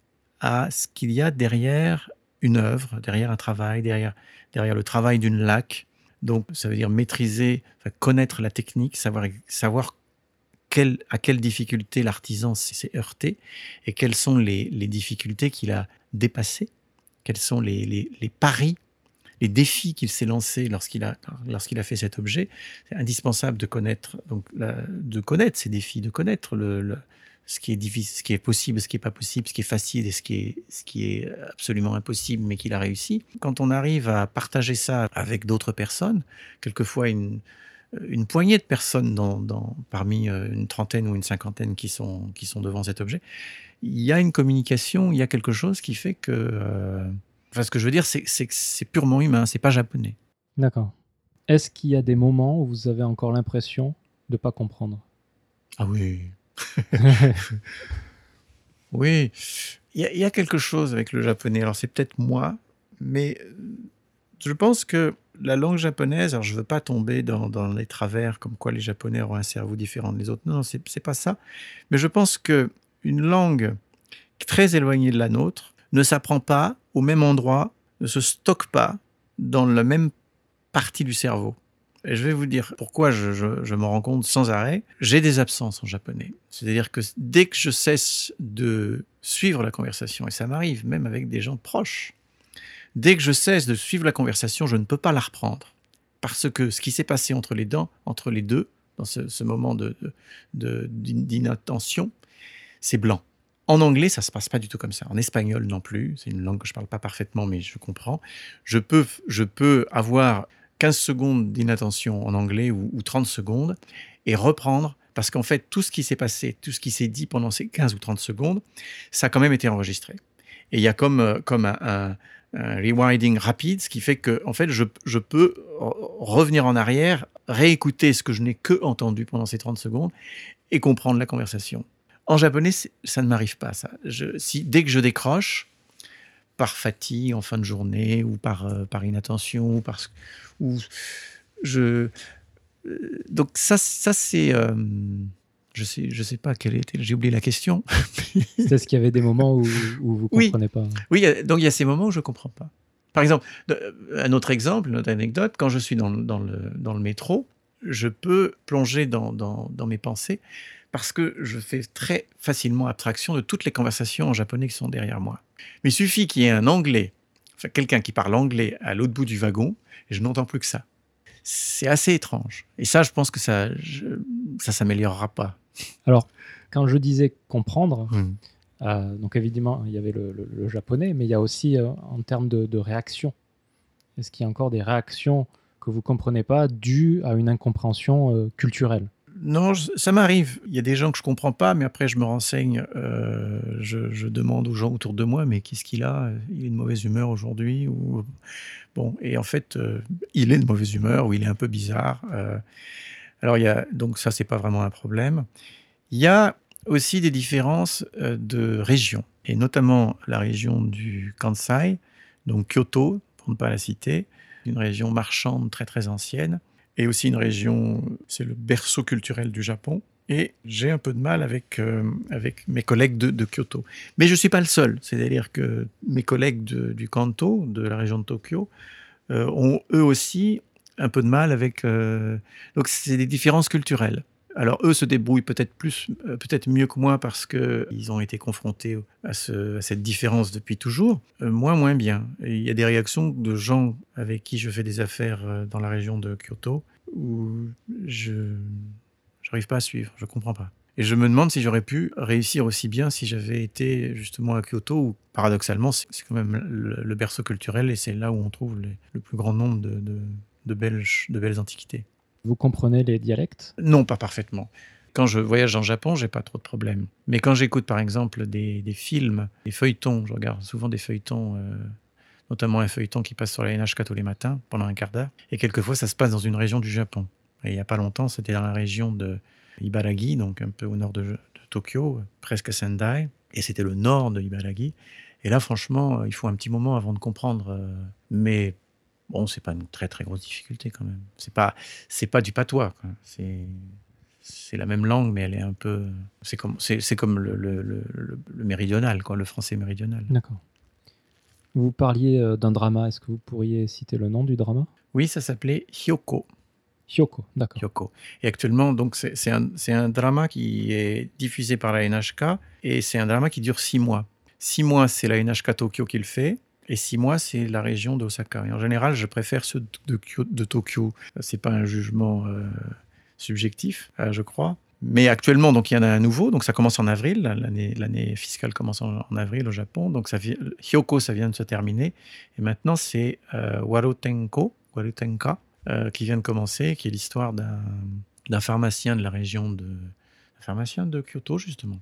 à ce qu'il y a derrière une œuvre, derrière un travail, derrière, derrière le travail d'une laque. Donc, ça veut dire maîtriser, enfin, connaître la technique, savoir, savoir quelle- à quelles difficultés l'artisan s'est s'est heurté et quelles sont les, les difficultés qu'il a dépassées, quels sont les, les- les paris, les défis qu'il s'est lancés lorsqu'il a, lorsqu'il a fait cet objet. C'est indispensable de connaître, donc, la- de connaître ces défis, de connaître le, le- ce qui est difficile, ce qui est possible, ce qui n'est pas possible, ce qui est facile et ce qui est, ce qui est absolument impossible, mais qu'il a réussi. Quand on arrive à partager ça avec d'autres personnes, quelquefois une, une poignée de personnes dans, dans- parmi euh, une trentaine ou une cinquantaine qui sont, qui sont devant cet objet, il y a une communication, il y a quelque chose qui fait que... euh, enfin, ce que je veux dire, c'est c'est que c'est purement humain, c'est pas japonais. D'accord. Est-ce qu'il y a des moments où vous avez encore l'impression de ne pas comprendre? Ah oui, oui. Il y, a- il y a quelque chose avec le japonais. Alors, c'est peut-être moi, mais euh, je pense que la langue japonaise, alors je veux pas tomber dans, dans les travers comme quoi les Japonais ont un cerveau différent des autres. Non, non, c'est c'est pas ça. Mais je pense que une langue très éloignée de la nôtre ne s'apprend pas au même endroit, ne se stocke pas dans la même partie du cerveau. Et je vais vous dire pourquoi je, je, je m'en rends compte sans arrêt. J'ai des absences en japonais. C'est-à-dire que dès que je cesse de suivre la conversation, et ça m'arrive même avec des gens proches, dès que je cesse de suivre la conversation, je ne peux pas la reprendre. Parce que ce qui s'est passé entre les dents, entre les deux, dans ce, ce moment de, de, de- d'inattention, c'est blanc. En anglais, ça ne se passe pas du tout comme ça. En espagnol non plus. C'est une langue que je ne parle pas parfaitement, mais je comprends. Je peux, je peux avoir quinze secondes d'inattention en anglais ou, ou trente secondes et reprendre. Parce qu'en fait, tout ce qui s'est passé, tout ce qui s'est dit pendant ces quinze ou trente secondes, ça a quand même été enregistré. Et il y a comme, comme un, un, un rewinding rapide, ce qui fait que en fait, je, je peux revenir en arrière, réécouter ce que je n'ai que entendu pendant ces trente secondes et comprendre la conversation. En japonais, ça ne m'arrive pas. Ça. Je, si, dès que je décroche, par fatigue en fin de journée ou par, euh, par inattention, ou parce ou je... Donc ça, ça c'est... Euh, je sais, je sais pas quelle était... J'ai oublié la question. C'est ce qu'il y avait des moments où, où vous ne comprenez oui. pas. Oui, donc il y a ces moments où je ne comprends pas. Par exemple, un autre exemple, une autre anecdote, quand je suis dans, dans, le, dans le métro, je peux plonger dans, dans, dans mes pensées parce que je fais très facilement abstraction de toutes les conversations en japonais qui sont derrière moi. Mais il suffit qu'il y ait un anglais, enfin quelqu'un qui parle anglais à l'autre bout du wagon, et je n'entends plus que ça. C'est assez étrange. Et ça, je pense que ça je, ça s'améliorera pas. Alors, quand je disais comprendre, mmh. euh, donc évidemment, il y avait le, le, le japonais, mais il y a aussi euh, en termes de, de réaction. Est-ce qu'il y a encore des réactions que vous ne comprenez pas dues à une incompréhension euh, culturelle ? Non, ça m'arrive. Il y a des gens que je ne comprends pas, mais après je me renseigne, euh, je, je demande aux gens autour de moi, mais qu'est-ce qu'il a ? Il est de mauvaise humeur aujourd'hui ou... Bon, et en fait, euh, il est de mauvaise humeur ou il est un peu bizarre. Euh, alors, il y a... donc ça, ce n'est pas vraiment un problème. Il y a aussi des différences euh, de région, et notamment la région du Kansai, donc Kyoto, pour ne pas la citer, une région marchande très très ancienne, et aussi une région, c'est le berceau culturel du Japon. Et j'ai un peu de mal avec, euh, avec mes collègues de, de Kyoto. Mais je ne suis pas le seul. C'est-à-dire que mes collègues de, du Kanto, de la région de Tokyo, euh, ont eux aussi un peu de mal avec... Euh... Donc c'est des différences culturelles. Alors eux se débrouillent peut-être plus, euh, peut-être mieux que moi parce qu'ils ont été confrontés à, ce, à cette différence depuis toujours. Euh, moi, moins bien. Et il y a des réactions de gens avec qui je fais des affaires euh, dans la région de Kyoto où je n'arrive pas à suivre, je ne comprends pas. Et je me demande si j'aurais pu réussir aussi bien si j'avais été justement à Kyoto, où paradoxalement, c'est, c'est quand même le, le berceau culturel et c'est là où on trouve les, le plus grand nombre de, de, de, belles, de belles antiquités. Vous comprenez les dialectes ? Non, pas parfaitement. Quand je voyage en Japon, j'ai pas trop de problèmes. Mais quand j'écoute par exemple des, des films, des feuilletons, je regarde souvent des feuilletons, euh, notamment un feuilleton qui passe sur la N H K tous les matins pendant un quart d'heure. Et quelquefois, ça se passe dans une région du Japon. Et il n'y a pas longtemps, c'était dans la région de Ibaraki, donc un peu au nord de, de Tokyo, presque Sendai. Et c'était le nord de Ibaraki. Et là, franchement, il faut un petit moment avant de comprendre. Mais bon, c'est pas une très très grosse difficulté quand même. C'est pas, c'est pas du patois, quoi. C'est, c'est la même langue, mais elle est un peu. C'est comme, c'est, c'est comme le, le, le, le méridional, quoi, le français méridional. D'accord. Vous parliez d'un drama. Est-ce que vous pourriez citer le nom du drama ? Oui, ça s'appelait Hyoko. Hyoko, d'accord. Hyoko. Et actuellement, donc, c'est, c'est, un, c'est un drama qui est diffusé par la N H K et c'est un drama qui dure six mois. Six mois, c'est la N H K Tokyo qui le fait. Et six mois, c'est la région d'Osaka. Et en général, je préfère ceux de, de, de Tokyo. C'est pas un jugement euh, subjectif, euh, je crois. Mais actuellement, donc il y en a un nouveau. Donc ça commence en avril. L'année, l'année fiscale commence en, en avril au Japon. Donc ça, Hyoko, ça vient de se terminer. Et maintenant, c'est euh, Warutenko, Warutenka, euh, qui vient de commencer, qui est l'histoire d'un, d'un pharmacien de la région de, un pharmacien de Kyoto justement,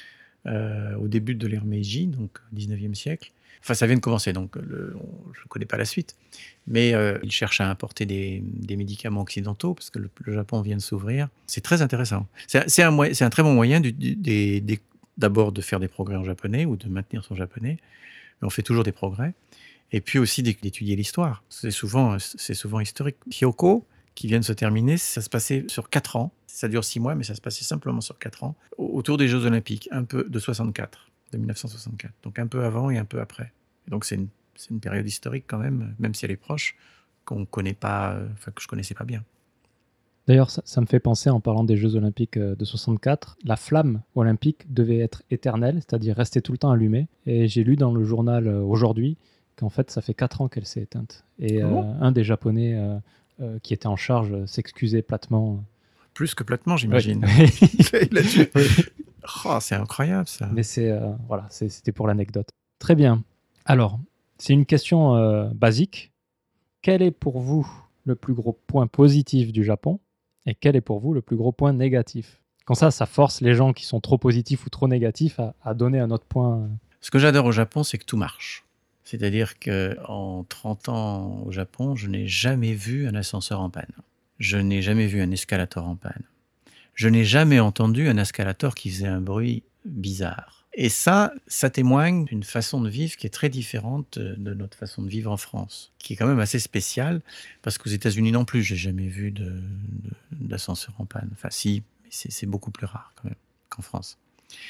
euh, au début de l'ère Meiji, donc dix-neuvième siècle. Enfin, ça vient de commencer, donc le, on, je ne connais pas la suite. Mais euh, il cherche à importer des, des médicaments occidentaux, parce que le, le Japon vient de s'ouvrir. C'est très intéressant. C'est, c'est, un, c'est un très bon moyen du, du, des, des, d'abord de faire des progrès en japonais, ou de maintenir son japonais. Mais on fait toujours des progrès. Et puis aussi d'étudier l'histoire. C'est souvent, c'est souvent historique. Hyoko, qui vient de se terminer, ça se passait sur quatre ans. Ça dure six mois, mais ça se passait simplement sur quatre ans, autour des Jeux Olympiques, un peu de soixante-quatre. De dix-neuf cent soixante-quatre, donc un peu avant et un peu après. Et donc c'est une, c'est une période historique quand même, même si elle est proche, qu'on connaît pas, euh, enfin que je connaissais pas bien. D'ailleurs, ça, ça me fait penser, en parlant des Jeux Olympiques de soixante-quatre, la flamme olympique devait être éternelle, c'est-à-dire rester tout le temps allumée. Et j'ai lu dans le journal euh, aujourd'hui qu'en fait, ça fait quatre ans qu'elle s'est éteinte. Et Oh. euh, un des Japonais euh, euh, qui était en charge euh, s'excusait platement. Plus que platement, j'imagine. Oui. Il a dû Oh, c'est incroyable ça. Mais c'est euh, voilà, c'est- c'était pour l'anecdote. Très bien. Alors, c'est une question euh, basique. Quel est pour vous le plus gros point positif du Japon et quel est pour vous le plus gros point négatif? Comme ça, ça force les gens qui sont trop positifs ou trop négatifs à, à donner un autre point. Ce que j'adore au Japon, c'est que tout marche. C'est-à-dire qu'en trente ans au Japon, je n'ai jamais vu un ascenseur en panne. Je n'ai jamais vu un escalator en panne. Je n'ai jamais entendu un escalator qui faisait un bruit bizarre. Et ça, ça témoigne d'une façon de vivre qui est très différente de notre façon de vivre en France, qui est quand même assez spéciale, parce qu'aux États-Unis non plus, j'ai jamais vu de, de- d'ascenseur en panne. Enfin, si, mais c'est, c'est beaucoup plus rare quand même qu'en France.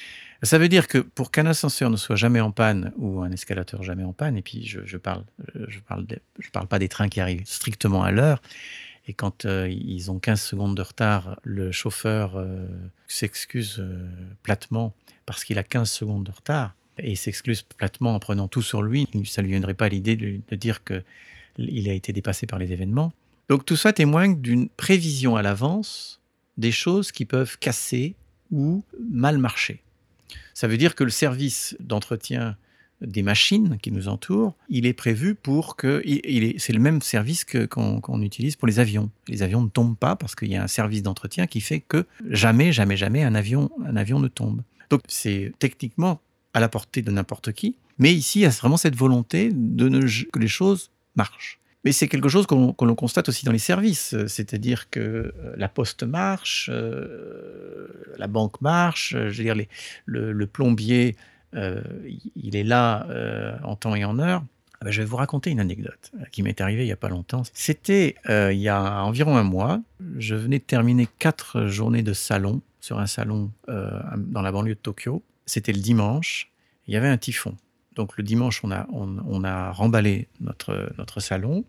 Ça veut dire que pour qu'un ascenseur ne soit jamais en panne ou un escalator jamais en panne, et puis je, je parle, je parle, de- je parle pas des trains qui arrivent strictement à l'heure, et quand euh, ils ont quinze secondes de retard, le chauffeur euh, s'excuse euh, platement parce qu'il a quinze secondes de retard, et il s'excuse platement en prenant tout sur lui. Ça ne lui viendrait pas à l'idée de, de dire qu'il a été dépassé par les événements. Donc tout ça témoigne d'une prévision à l'avance des choses qui peuvent casser ou mal marcher. Ça veut dire que le service d'entretien des machines qui nous entourent, il est prévu pour que... il- il est- c'est le même service que, qu'on, qu'on utilise pour les avions. Les avions ne tombent pas parce qu'il y a un service d'entretien qui fait que jamais, jamais, jamais un avion, un avion ne tombe. Donc c'est techniquement à la portée de n'importe qui, mais ici il y a vraiment cette volonté de ne, que les choses marchent. Mais c'est quelque chose qu'on, qu'on constate aussi dans les services, c'est-à-dire que euh, la poste marche, euh, la banque marche, euh, je veux dire, les- le, le plombier, euh, il est là euh, en temps et en heure. Ah ben, je vais vous raconter une anecdote euh, qui m'est arrivée il n'y a pas longtemps. C'était euh, il y a environ un mois. Je venais de terminer quatre journées de salon sur un salon euh, dans la banlieue de Tokyo. C'était le dimanche. Il y avait un typhon. Donc le dimanche, on a, on, on a remballé notre, notre salon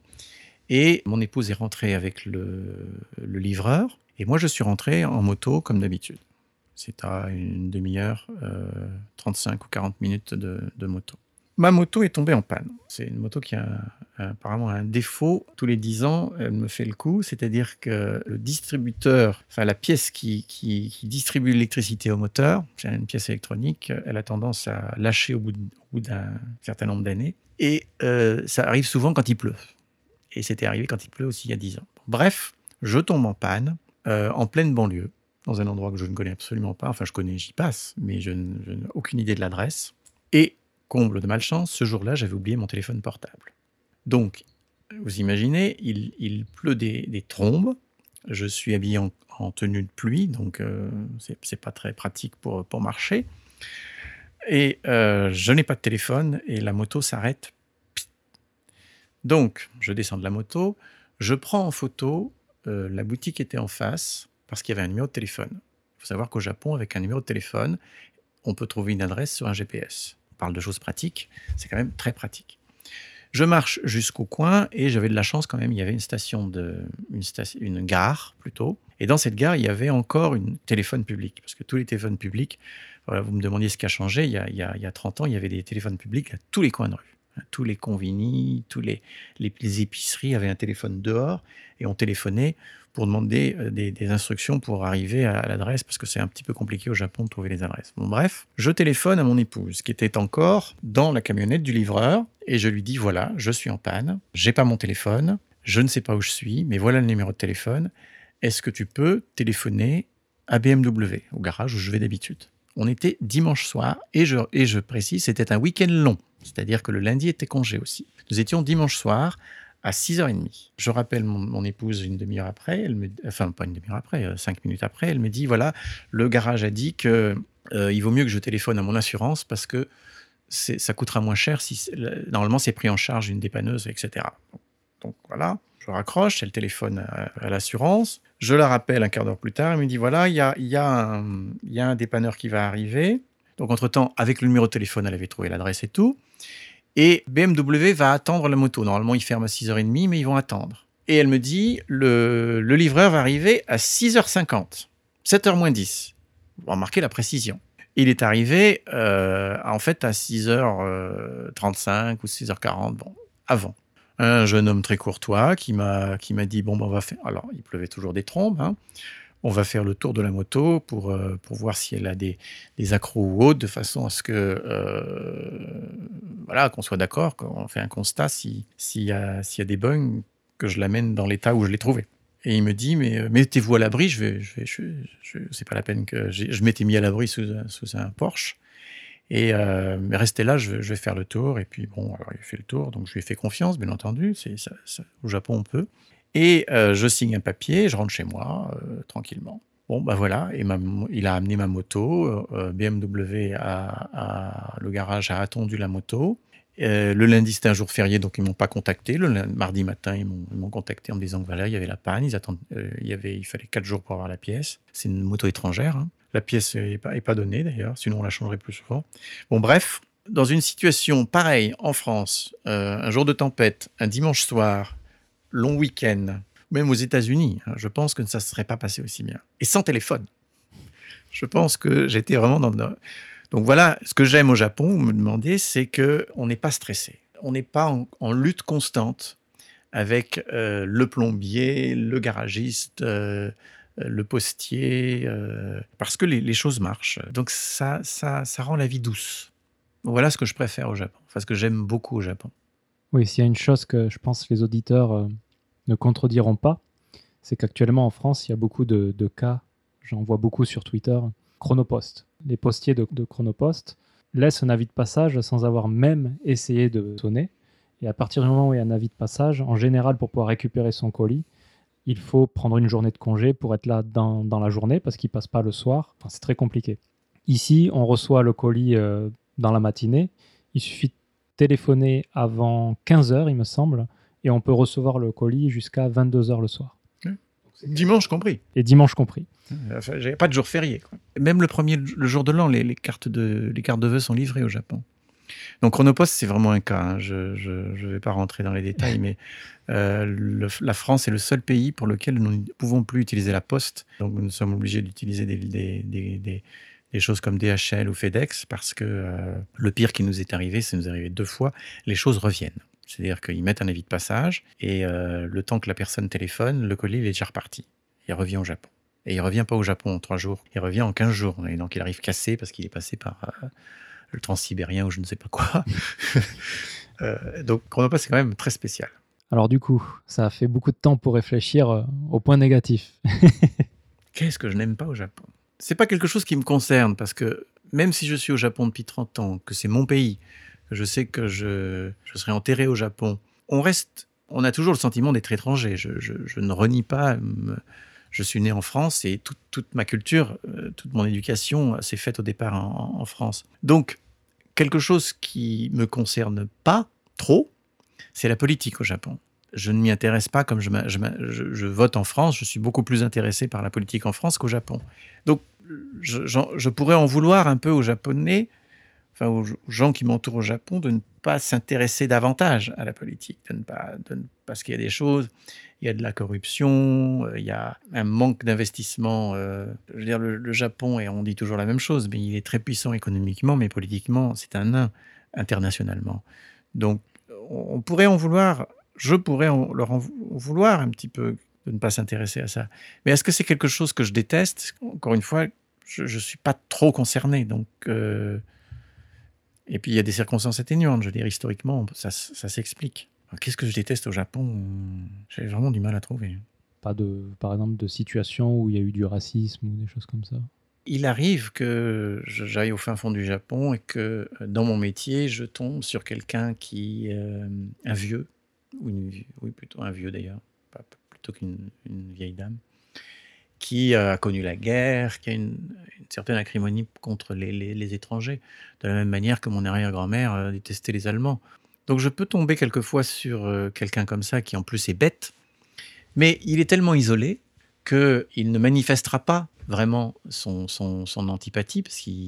et mon épouse est rentrée avec le, le livreur et moi je suis rentré en moto comme d'habitude. C'est à une demi-heure, euh, trente-cinq ou quarante minutes de, de moto. Ma moto est tombée en panne. C'est une moto qui a un- apparemment un défaut. Tous les dix ans, elle me fait le coup. C'est-à-dire que le distributeur, enfin la pièce qui, qui- qui distribue l'électricité au moteur, c'est une pièce électronique, elle a tendance à lâcher au bout, de- au bout d'un certain nombre d'années. Et euh, ça arrive souvent quand il pleut. Et c'était arrivé quand il pleut aussi il y a dix ans. Bref, je tombe en panne euh, en pleine banlieue, dans un endroit que je ne connais absolument pas. Enfin, je connais, j'y passe, mais je, n- je n'ai aucune idée de l'adresse. Et comble de malchance, ce jour-là, j'avais oublié mon téléphone portable. Donc, vous imaginez, il, il pleut des, des trombes. Je suis habillé en, en tenue de pluie, donc euh, c'est c'est pas très pratique pour, pour marcher. Et euh, je n'ai pas de téléphone et la moto s'arrête. Donc, je descends de la moto, je prends en photo, euh, la boutique était en face parce qu'il y avait un numéro de téléphone. Il faut savoir qu'au Japon, avec un numéro de téléphone, on peut trouver une adresse sur un G P S. On parle de choses pratiques, c'est quand même très pratique. Je marche jusqu'au coin et j'avais de la chance quand même, il y avait une station de, une, station, une gare plutôt. Et dans cette gare, il y avait encore une téléphone public. Parce que tous les téléphones publics, voilà, vous me demandiez ce qui a changé, il y a, il y a, il y a trente ans, il y avait des téléphones publics à tous les coins de rue. Tous les convinis, tous les, les, les épiceries avaient un téléphone dehors et on téléphonait pour demander euh, des, des instructions pour arriver à, à l'adresse parce que c'est un petit peu compliqué au Japon de trouver les adresses. Bon, bref, je téléphone à mon épouse qui était encore dans la camionnette du livreur et je lui dis voilà, je suis en panne, j'ai pas mon téléphone, je ne sais pas où je suis, mais voilà le numéro de téléphone. Est-ce que tu peux téléphoner à B M W, au garage où je vais d'habitude? On était dimanche soir et je, et je précise, c'était un week-end long, c'est-à-dire que le lundi était congé aussi. Nous étions dimanche soir à six heures trente. Je rappelle mon, mon épouse une demi-heure après, elle me, enfin pas une demi-heure après, euh, cinq minutes après, elle me dit voilà, le garage a dit que euh, il vaut mieux que je téléphone à mon assurance parce que c'est, ça coûtera moins cher si c'est- normalement c'est pris en charge une dépanneuse, et cetera. Donc, donc voilà, je raccroche, elle téléphone à, à l'assurance, je la rappelle un quart d'heure plus tard, elle me dit voilà, il y a, il y, a un- il y a un dépanneur qui va arriver. Donc entre-temps, avec le numéro de téléphone, elle avait trouvé l'adresse et tout. Et B M W va attendre la moto. Normalement, il ferme à six heures trente, mais ils vont attendre. Et elle me dit, le, le livreur va arriver à six heures cinquante, sept heures moins dix. Vous remarquez la précision. Il est arrivé, euh, en fait, à six heures trente-cinq ou six heures quarante, bon, avant. Un jeune homme très courtois qui m'a, qui m'a dit, bon, ben, on va faire... Alors, il pleuvait toujours des trombes, hein. On va faire le tour de la moto pour, euh, pour voir si elle a des, des accros ou autres, de façon à ce que, euh, voilà, qu'on soit d'accord, qu'on fait un constat si, s'il y a, s'il y a des bugs, que je l'amène dans l'état où je l'ai trouvé. Et il me dit, mais euh, mettez-vous à l'abri, je vais, je vais, je, je, c'est pas la peine que j'ai- je m'étais mis à l'abri sous, un- sous un Porsche. Et euh, mais restez là, je vais, je vais faire le tour. Et puis bon, alors il fait le tour, donc je lui ai fait confiance, bien entendu. C'est, ça, ça- au Japon, on peut. Et euh, je signe un papier, je rentre chez moi, euh, tranquillement. Bon, bah voilà, et ma, il a amené ma moto. euh, B M W, a, a- le garage a attendu la moto. Euh, le lundi, c'était un jour férié, donc ils m'ont pas contacté. Le lundi- mardi matin, ils m'ont, ils m'ont contacté en me disant que voilà, il y avait la panne. Ils attendent, euh, il, y avait, il fallait quatre jours pour avoir la pièce. C'est une moto étrangère, hein. La pièce n'est pas, est pas donnée d'ailleurs, sinon on la changerait plus souvent. Bon, bref, dans une situation pareille en France, euh, un jour de tempête, un dimanche soir, long week-end, même aux États-Unis, hein, je pense que ça ne se serait pas passé aussi bien. Et sans téléphone. Je pense que j'étais vraiment dans. dans- Donc voilà, ce que j'aime au Japon, vous me demandez, c'est que on n'est pas stressé. On n'est pas en, en lutte constante avec euh, le plombier, le garagiste, euh, euh, le postier, euh, parce que les, les choses marchent. Donc ça, ça, ça rend la vie douce. Voilà ce que je préfère au Japon, enfin ce que j'aime beaucoup au Japon. Oui, s'il y a une chose que je pense que les auditeurs euh, ne contrediront pas, c'est qu'actuellement en France, il y a beaucoup de, de cas, j'en vois beaucoup sur Twitter, Chronopost. Les postiers de, de Chronopost laissent un avis de passage sans avoir même essayé de sonner. Et à partir du moment où il y a un avis de passage, en général, pour pouvoir récupérer son colis, il faut prendre une journée de congé pour être là dans, dans la journée parce qu'il ne passe pas le soir. Enfin, c'est très compliqué. Ici, on reçoit le colis euh, dans la matinée. Il suffit de téléphoner avant quinze heures, il me semble, et on peut recevoir le colis jusqu'à vingt-deux heures le soir. Dimanche compris. Et dimanche compris. Enfin, j'avais pas de jour férié, quoi. Même le premier, le jour de l'an, les, les cartes de, les cartes de vœux sont livrées au Japon. Donc Chronopost, c'est vraiment un cas, hein. Je ne vais pas rentrer dans les détails, mais euh, le, la France est le seul pays pour lequel nous ne pouvons plus utiliser la poste. Donc nous sommes obligés d'utiliser des, des, des, des, des choses comme D H L ou FedEx parce que euh, le pire qui nous est arrivé, ça nous est arrivé deux fois, les choses reviennent. C'est-à-dire qu'ils mettent un avis de passage et euh, le temps que la personne téléphone, le colis il est déjà reparti. Il revient au Japon. Et il ne revient pas au Japon en trois jours, il revient en quinze jours. Et donc il arrive cassé parce qu'il est passé par... Euh, le transsibérien ou je ne sais pas quoi. euh, donc Chronopost, c'est quand même très spécial. Alors du coup, ça a fait beaucoup de temps pour réfléchir euh, aux points négatifs. Qu'est-ce que je n'aime pas au Japon ? C'est pas quelque chose qui me concerne parce que même si je suis au Japon depuis trente ans, que c'est mon pays, que je sais que je, je serai enterré au Japon, on reste, on a toujours le sentiment d'être étranger. Je, je, je ne renie pas... Me, je suis né en France et toute, toute ma culture, euh, toute mon éducation s'est faite au départ en, en France. Donc, quelque chose qui ne me concerne pas trop, c'est la politique au Japon. Je ne m'y intéresse pas comme je, je, je, je vote en France. Je suis beaucoup plus intéressé par la politique en France qu'au Japon. Donc, je, je pourrais en vouloir un peu aux Japonais, enfin aux gens qui m'entourent au Japon, de ne pas s'intéresser davantage à la politique, de ne pas, de ne, parce qu'il y a des choses... Il y a de la corruption, euh, il y a un manque d'investissement. Euh, je veux dire, le, le Japon, et on dit toujours la même chose, mais il est très puissant économiquement, mais politiquement, c'est un nain internationalement. Donc, on, on pourrait en vouloir, je pourrais en, leur en vouloir un petit peu de ne pas s'intéresser à ça. Mais est-ce que c'est quelque chose que je déteste ? Encore une fois, je ne suis pas trop concerné. Donc, euh, et puis, il y a des circonstances atténuantes. Je veux dire, historiquement, ça, ça s'explique. Qu'est-ce que je déteste au Japon ? J'ai vraiment du mal à trouver. Pas de, par exemple, de situation où il y a eu du racisme ou des choses comme ça ? Il arrive que j'aille au fin fond du Japon et que dans mon métier, je tombe sur quelqu'un qui, euh, un vieux, ou une, oui plutôt un vieux d'ailleurs, pas, plutôt qu'une une vieille dame, qui a connu la guerre, qui a une, une certaine acrimonie contre les, les, les étrangers, de la même manière que mon arrière-grand-mère euh, détestait les Allemands. Donc je peux tomber quelquefois sur euh, quelqu'un comme ça qui en plus est bête, mais il est tellement isolé qu'il ne manifestera pas vraiment son, son, son antipathie, parce qu'on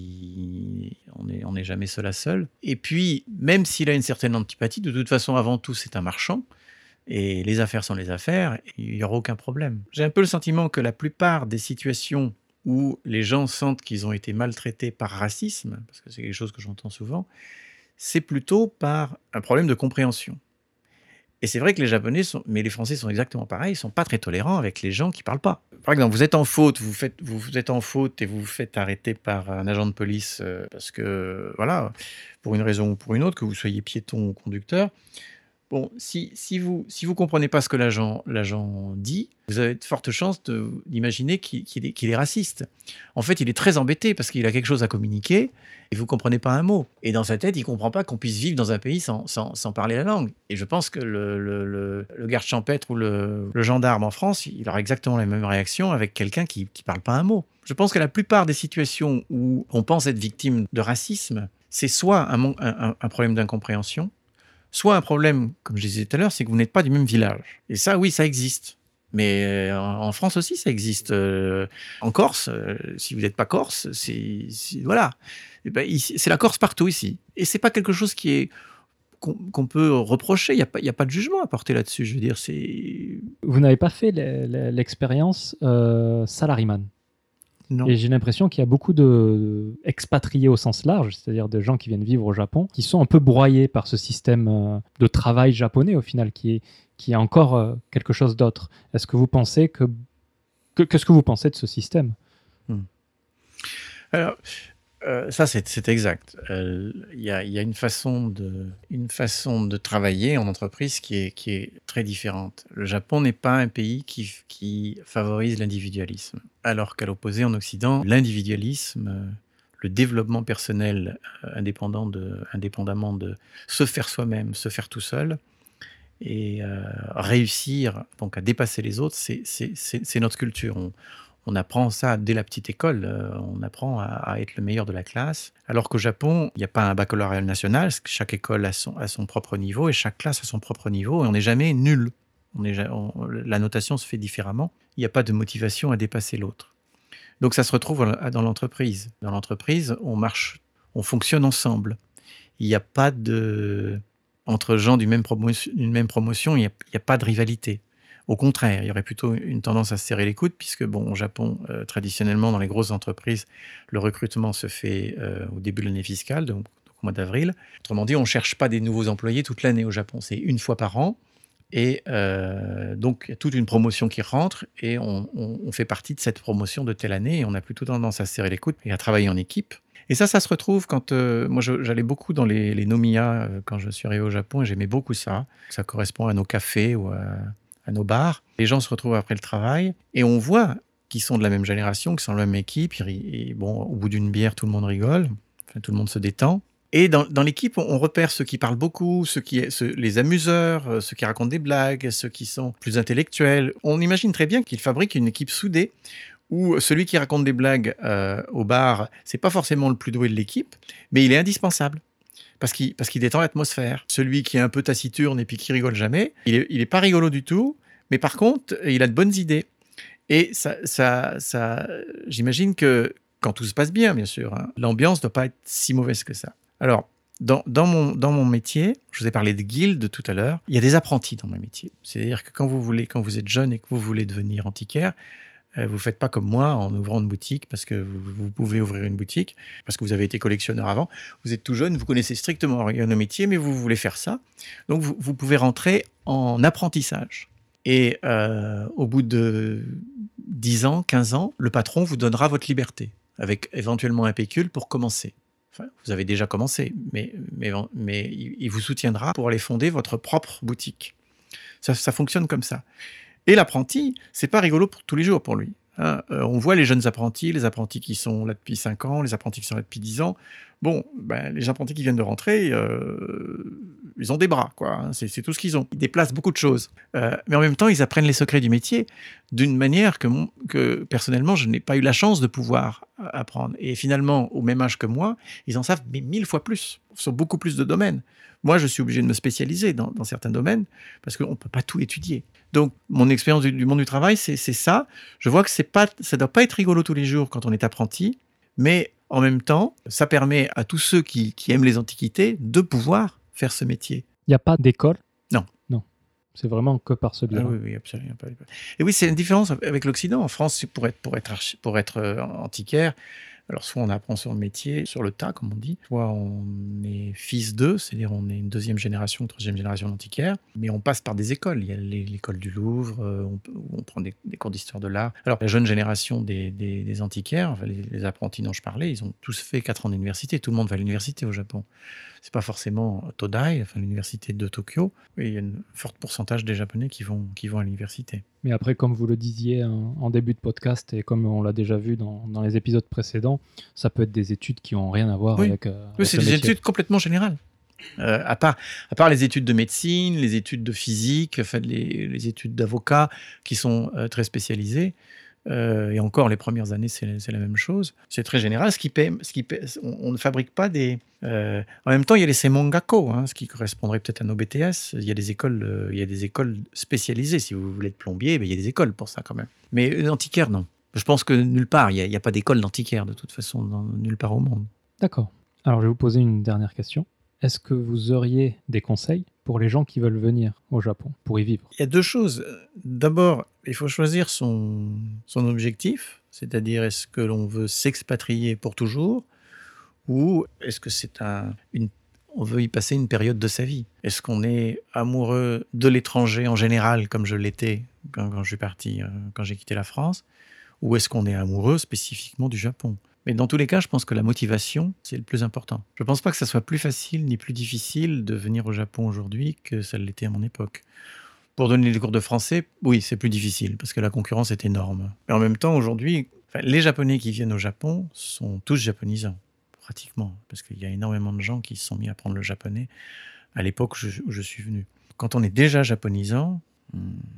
n'est on n'est jamais seul à seul. Et puis, même s'il a une certaine antipathie, de toute façon, avant tout, c'est un marchand, et les affaires sont les affaires, il n'y aura aucun problème. J'ai un peu le sentiment que la plupart des situations où les gens sentent qu'ils ont été maltraités par racisme, parce que c'est quelque chose que j'entends souvent, c'est plutôt par un problème de compréhension. Et c'est vrai que les Japonais sont, mais les Français sont exactement pareils, ils sont pas très tolérants avec les gens qui parlent pas. Par exemple, vous êtes en faute, vous faites, vous, vous êtes en faute et vous vous faites arrêter par un agent de police euh, parce que, voilà, pour une raison ou pour une autre, que vous soyez piéton ou conducteur. Bon, si, si vous si vous comprenez pas ce que l'agent l'agent dit, vous avez de fortes chances de- d'imaginer qu'il qu'il est, qu'il est raciste. En fait, il est très embêté parce qu'il a quelque chose à communiquer et vous comprenez pas un mot. Et dans sa tête, il comprend pas qu'on puisse vivre dans un pays sans, sans, sans parler la langue. Et je pense que le, le, le- le garde champêtre ou le, le gendarme en France, il aura exactement la même réaction avec quelqu'un qui qui parle pas un mot. Je pense que la plupart des situations où on pense être victime de racisme, c'est soit un, mon- un, un- un problème d'incompréhension, soit un problème, comme je disais tout à l'heure, c'est que vous n'êtes pas du même village. Et ça, oui, ça existe. Mais euh, en en France aussi, ça existe. Euh, en Corse, euh, si vous n'êtes pas corse, c'est c'est- voilà. Eh ben, ici- c'est la Corse partout ici. Et c'est pas quelque chose qui est qu'on qu'on peut reprocher. Il n'y a pas, il y a pas de jugement à porter là-dessus. Je veux dire, c'est Vous n'avez pas fait l'e- l'e- l'expérience euh, salariman. non. Et j'ai l'impression qu'il y a beaucoup de expatriés au sens large, c'est-à-dire de gens qui viennent vivre au Japon, qui sont un peu broyés par ce système euh, de travail japonais au final, qui est, qui est encore euh, quelque chose d'autre. Est-ce que vous pensez que, que- qu'est-ce que vous pensez de ce système? Hmm. Alors, euh, ça, c'est c'est exact. Euh, Il y a, il y a une façon de, une façon de travailler en entreprise qui est, qui est très différente. Le Japon n'est pas un pays qui, qui favorise l'individualisme, alors qu'à l'opposé, en Occident, l'individualisme, euh, le développement personnel euh, indépendant de, indépendamment de se faire soi-même, se faire tout seul, et euh, réussir donc à dépasser les autres, c'est c'est- c'est- c'est notre culture. On, on apprend ça dès la petite école, euh, on apprend à, à être le meilleur de la classe. Alors qu'au Japon, il n'y a pas un baccalauréat national, parce que chaque école a son, a son propre niveau et chaque classe a son propre niveau et on n'est jamais nul. On est, ja- on- la notation se fait différemment. Il n'y a pas de motivation à dépasser l'autre. Donc ça se retrouve dans dans l'entreprise. Dans l'entreprise, on marche, on fonctionne ensemble. Il n'y a pas de... Entre gens d'une même, promotion, d'une même promotion, il n'y a, il y a pas de rivalité. Au contraire, il y aurait plutôt une tendance à se serrer les coudes, puisque, bon, au Japon, euh, traditionnellement, dans les grosses entreprises, le recrutement se fait euh, au début de l'année fiscale, donc, donc au mois d'avril. Autrement dit, on ne cherche pas des nouveaux employés toute l'année au Japon, c'est une fois par an. Et euh, donc, il y a toute une promotion qui rentre et on, on- on fait partie de cette promotion de telle année et on a plutôt tendance à se serrer les coudes et à travailler en équipe. Et ça, ça se retrouve quand... euh, moi, je- j'allais beaucoup dans les, les nomiya euh, quand je suis arrivé au Japon et j'aimais beaucoup ça. Ça correspond à nos cafés ou à, à nos bars. Les gens se retrouvent après le travail et on voit qu'ils sont de la même génération, qu'ils sont de la même équipe. Et, et bon, au bout d'une bière, tout le monde rigole, enfin, tout le monde se détend. Et dans, dans l'équipe, on, on repère ceux qui parlent beaucoup, ceux qui, ceux- les amuseurs, euh, ceux qui racontent des blagues, ceux qui sont plus intellectuels. On imagine très bien qu'ils fabriquent une équipe soudée où celui qui raconte des blagues euh, au bar, c'est pas forcément le plus doué de l'équipe, mais il est indispensable parce qu'il parce qu'il détend l'atmosphère. Celui qui est un peu taciturne et puis qui rigole jamais, il est, il est pas rigolo du tout, mais par contre, il a de bonnes idées. Et ça, ça, ça j'imagine que quand tout se passe bien, bien sûr, hein, l'ambiance ne doit pas être si mauvaise que ça. Alors, dans, dans, mon, dans mon métier, je vous ai parlé de guildes tout à l'heure, il y a des apprentis dans mon métier. C'est-à-dire que quand vous voulez, quand vous êtes jeune et que vous voulez devenir antiquaire, euh, vous ne faites pas comme moi en ouvrant une boutique parce que vous, vous pouvez ouvrir une boutique, parce que vous avez été collectionneur avant. Vous êtes tout jeune, vous connaissez strictement rien au métier, mais vous voulez faire ça. Donc, vous, vous pouvez rentrer en apprentissage. Et euh, au bout de dix ans, quinze ans, le patron vous donnera votre liberté, avec éventuellement un pécule pour commencer. Enfin, vous avez déjà commencé, mais, mais, mais il vous soutiendra pour aller fonder votre propre boutique. Ça, ça fonctionne comme ça. Et l'apprenti, c'est pas rigolo pour tous les jours pour lui. Hein. Euh, on voit les jeunes apprentis, les apprentis qui sont là depuis cinq ans, les apprentis qui sont là depuis dix ans. Bon, ben, les apprentis qui viennent de rentrer, euh, ils ont des bras, quoi. Hein. C'est, c'est tout ce qu'ils ont. Ils déplacent beaucoup de choses. Euh, mais en même temps, ils apprennent les secrets du métier d'une manière que, mon, que, personnellement, je n'ai pas eu la chance de pouvoir apprendre. Et finalement, au même âge que moi, ils en savent mais mille fois plus, sur beaucoup plus de domaines. Moi, je suis obligé de me spécialiser dans, dans certains domaines parce qu'on ne peut pas tout étudier. Donc, mon expérience du, du monde du travail, c'est, c'est ça. Je vois que c'est pas, ça ne doit pas être rigolo tous les jours quand on est apprenti, mais en même temps, ça permet à tous ceux qui, qui aiment les antiquités de pouvoir faire ce métier. Il n'y a pas d'école? Non. Non. C'est vraiment que par ce biais-là. Ah oui, oui, absolument pas. Et oui, c'est une différence avec l'Occident. En France, pour être, pour être, archi, pour être euh, antiquaire, Alors, soit on apprend sur le métier, sur le tas, comme on dit, soit on est fils d'eux, c'est-à-dire on est une deuxième génération, troisième génération d'antiquaires, mais on passe par des écoles. Il y a l'é- l'école du Louvre, euh, on, peut- où on prend des, des cours d'histoire de l'art. Alors, la jeune génération des, des- des antiquaires, enfin, les, les apprentis dont je parlais, ils ont tous fait quatre ans d'université. Tout le monde va à l'université au Japon. C'est pas forcément Todai, enfin l'université de Tokyo. Oui, il y a un fort pourcentage des Japonais qui vont, qui vont à l'université. Mais après, comme vous le disiez en, en début de podcast et comme on l'a déjà vu dans, dans les épisodes précédents, ça peut être des études qui n'ont rien à voir Oui, avec, euh, oui avec c'est le des métier. études complètement générales. Euh, à part, à part les études de médecine, les études de physique, enfin, les, les études d'avocat qui sont euh, très spécialisées. Euh, et encore, les premières années, c'est c'est la même chose. C'est très général. Ce qui paie, ce qui paie- on, on ne fabrique pas des. euh, en même temps, il y a les seimongako, hein, ce qui correspondrait peut-être à nos B T S. Il y a des écoles, euh, il y a des écoles spécialisées. Si vous voulez être plombier, ben, il y a des écoles pour ça quand même. Mais euh, antiquaire, non. Je pense que nulle part, il n'y a, il y a pas d'école d'antiquaire de toute façon, dans- nulle part au monde. D'accord. Alors, je vais vous poser une dernière question. Est-ce que vous auriez des conseils pour les gens qui veulent venir au Japon pour y vivre? Il y a deux choses. D'abord, il faut choisir son, son objectif, c'est-à-dire est-ce que l'on veut s'expatrier pour toujours ou est-ce que c'est un, une, on veut y passer une période de sa vie. Est-ce qu'on est amoureux de l'étranger en général, comme je l'étais quand, quand je suis parti, euh, quand j'ai quitté la France, ou est-ce qu'on est amoureux spécifiquement du Japon? Mais dans tous les cas, je pense que la motivation, c'est le plus important. Je ne pense pas que ça soit plus facile ni plus difficile de venir au Japon aujourd'hui que ça l'était à mon époque. Pour donner des cours de français, oui, c'est plus difficile parce que la concurrence est énorme. Mais en même temps, aujourd'hui, enfin, les Japonais qui viennent au Japon sont tous japonisants, pratiquement, parce qu'il y a énormément de gens qui se sont mis à apprendre le japonais à l'époque où je, où je suis venu. Quand on est déjà japonisant, hmm,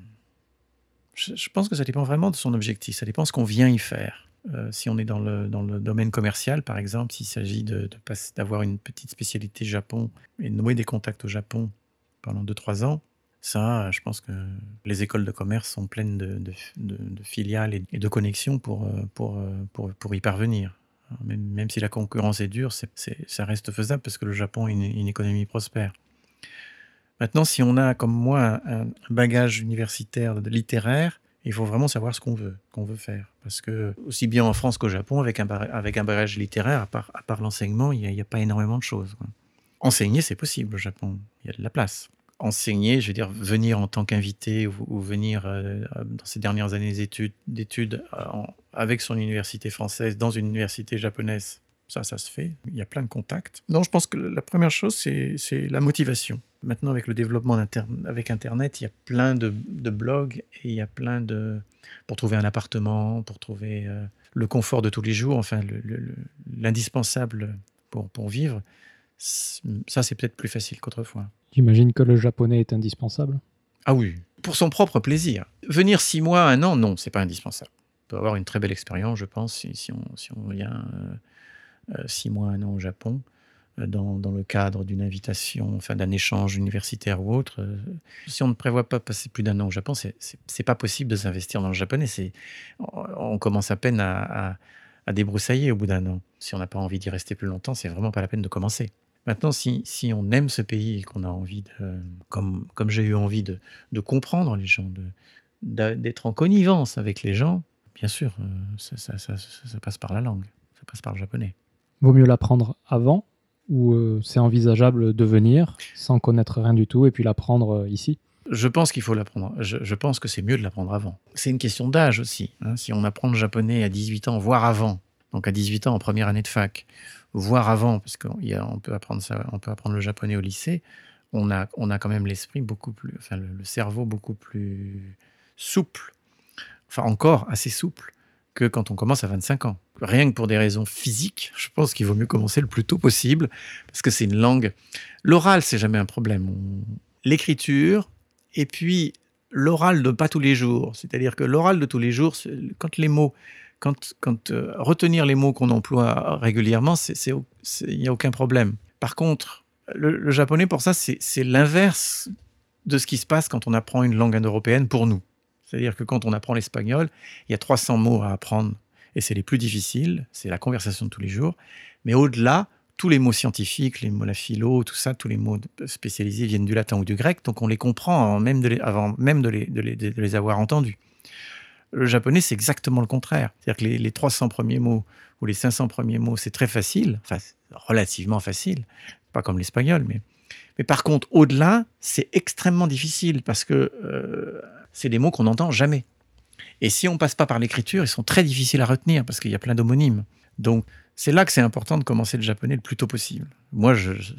je, je pense que ça dépend vraiment de son objectif, ça dépend de ce qu'on vient y faire. Euh, si on est dans le, dans le domaine commercial, par exemple, s'il s'agit de, de passer- d'avoir une petite spécialité Japon et de nouer des contacts au Japon pendant deux trois ans, ça, je pense que les écoles de commerce sont pleines de, de- de- de filiales et et de connexions pour, euh, pour, euh, pour, pour y parvenir. Même, même si la concurrence est dure, c'est- c'est- ça reste faisable parce que le Japon est une, une économie prospère. Maintenant, si on a, comme moi, un, un bagage universitaire, de- littéraire, il faut vraiment savoir ce qu'on veut, qu'on veut faire. Parce que, aussi bien en France qu'au Japon, avec un, bar- avec un bagage littéraire, à part, à part l'enseignement, il n'y a, a pas énormément de choses, quoi. Enseigner, c'est possible au Japon, il y a de la place. Enseigner, je veux dire, venir en tant qu'invité ou, ou venir euh, dans ces dernières années d'études, d'études euh, en- avec son université française dans une université japonaise, ça, ça se fait. Il y a plein de contacts. Non, je pense que la première chose, c'est c'est la motivation. Maintenant, avec le développement d'Inter- avec Internet, il y a plein de, de blogs et il y a plein de... pour trouver un appartement, pour trouver euh, le confort de tous les jours, enfin, le- le- le- l'indispensable pour, pour vivre. C'est- Ça, c'est peut-être plus facile qu'autrefois. J'imagine que le japonais est indispensable. Ah oui, pour son propre plaisir. Venir six mois, un an, non, c'est pas indispensable. On peut avoir une très belle expérience, je pense, si, si on, si on vient euh, euh, six mois, un an au Japon, euh, dans, dans le cadre d'une invitation, enfin d'un échange universitaire ou autre. Euh, si on ne prévoit pas passer plus d'un an au Japon, c'est c'est- c'est pas possible de s'investir dans le japonais. C'est, on, on commence à peine à, à- à débroussailler au bout d'un an. Si on n'a pas envie d'y rester plus longtemps, c'est vraiment pas la peine de commencer. Maintenant, si, si on aime ce pays et qu'on a envie, de, comme, comme j'ai eu envie de, de comprendre les gens, de, d'a- d'être en connivence avec les gens, bien sûr, euh, ça, ça- ça- ça- ça passe par la langue, ça passe par le japonais. Vaut mieux l'apprendre avant ou euh, c'est envisageable de venir sans connaître rien du tout et puis l'apprendre euh, ici? Je pense qu'il faut l'apprendre. Je, je pense que c'est mieux de l'apprendre avant. C'est une question d'âge aussi, hein. Si on apprend le japonais à dix-huit ans, voire avant, donc à dix-huit ans en première année de fac, voire avant, parce qu'on y a- on peut apprendre ça, on peut apprendre le japonais au lycée, on a, on a quand même l'esprit beaucoup plus, enfin le, le cerveau beaucoup plus souple, enfin encore assez souple que quand on commence à vingt-cinq ans. Rien que pour des raisons physiques, je pense qu'il vaut mieux commencer le plus tôt possible, parce que c'est une langue. L'oral, c'est jamais un problème. On- L'écriture, et puis l'oral de pas tous les jours. C'est-à-dire que l'oral de tous les jours, c'est- quand les mots, quand, quand euh, retenir les mots qu'on emploie régulièrement, c'est, c'est, c'est- il n'y a aucun problème. Par contre, le, le japonais, pour ça, c'est, c'est l'inverse de ce qui se passe quand on apprend une langue indo-européenne pour nous. C'est-à-dire que quand on apprend l'espagnol, il y a trois cents mots à apprendre, et c'est les plus difficiles, c'est la conversation de tous les jours. Mais au-delà, tous les mots scientifiques, les mots la philo, tout ça, tous les mots spécialisés viennent du latin ou du grec, donc on les comprend avant même de les, avant même de les, de les, de les avoir entendus. Le japonais, c'est exactement le contraire. C'est-à-dire que les, les trois cents premiers mots ou les cinq cents premiers mots, c'est très facile, enfin, c'est relativement facile, pas comme l'espagnol, mais, mais par contre, au-delà, c'est extrêmement difficile parce que euh, c'est des mots qu'on n'entend jamais. Et si on passe pas par l'écriture, ils sont très difficiles à retenir parce qu'il y a plein d'homonymes. Donc, c'est là que c'est important de commencer le japonais le plus tôt possible. Moi, je, je,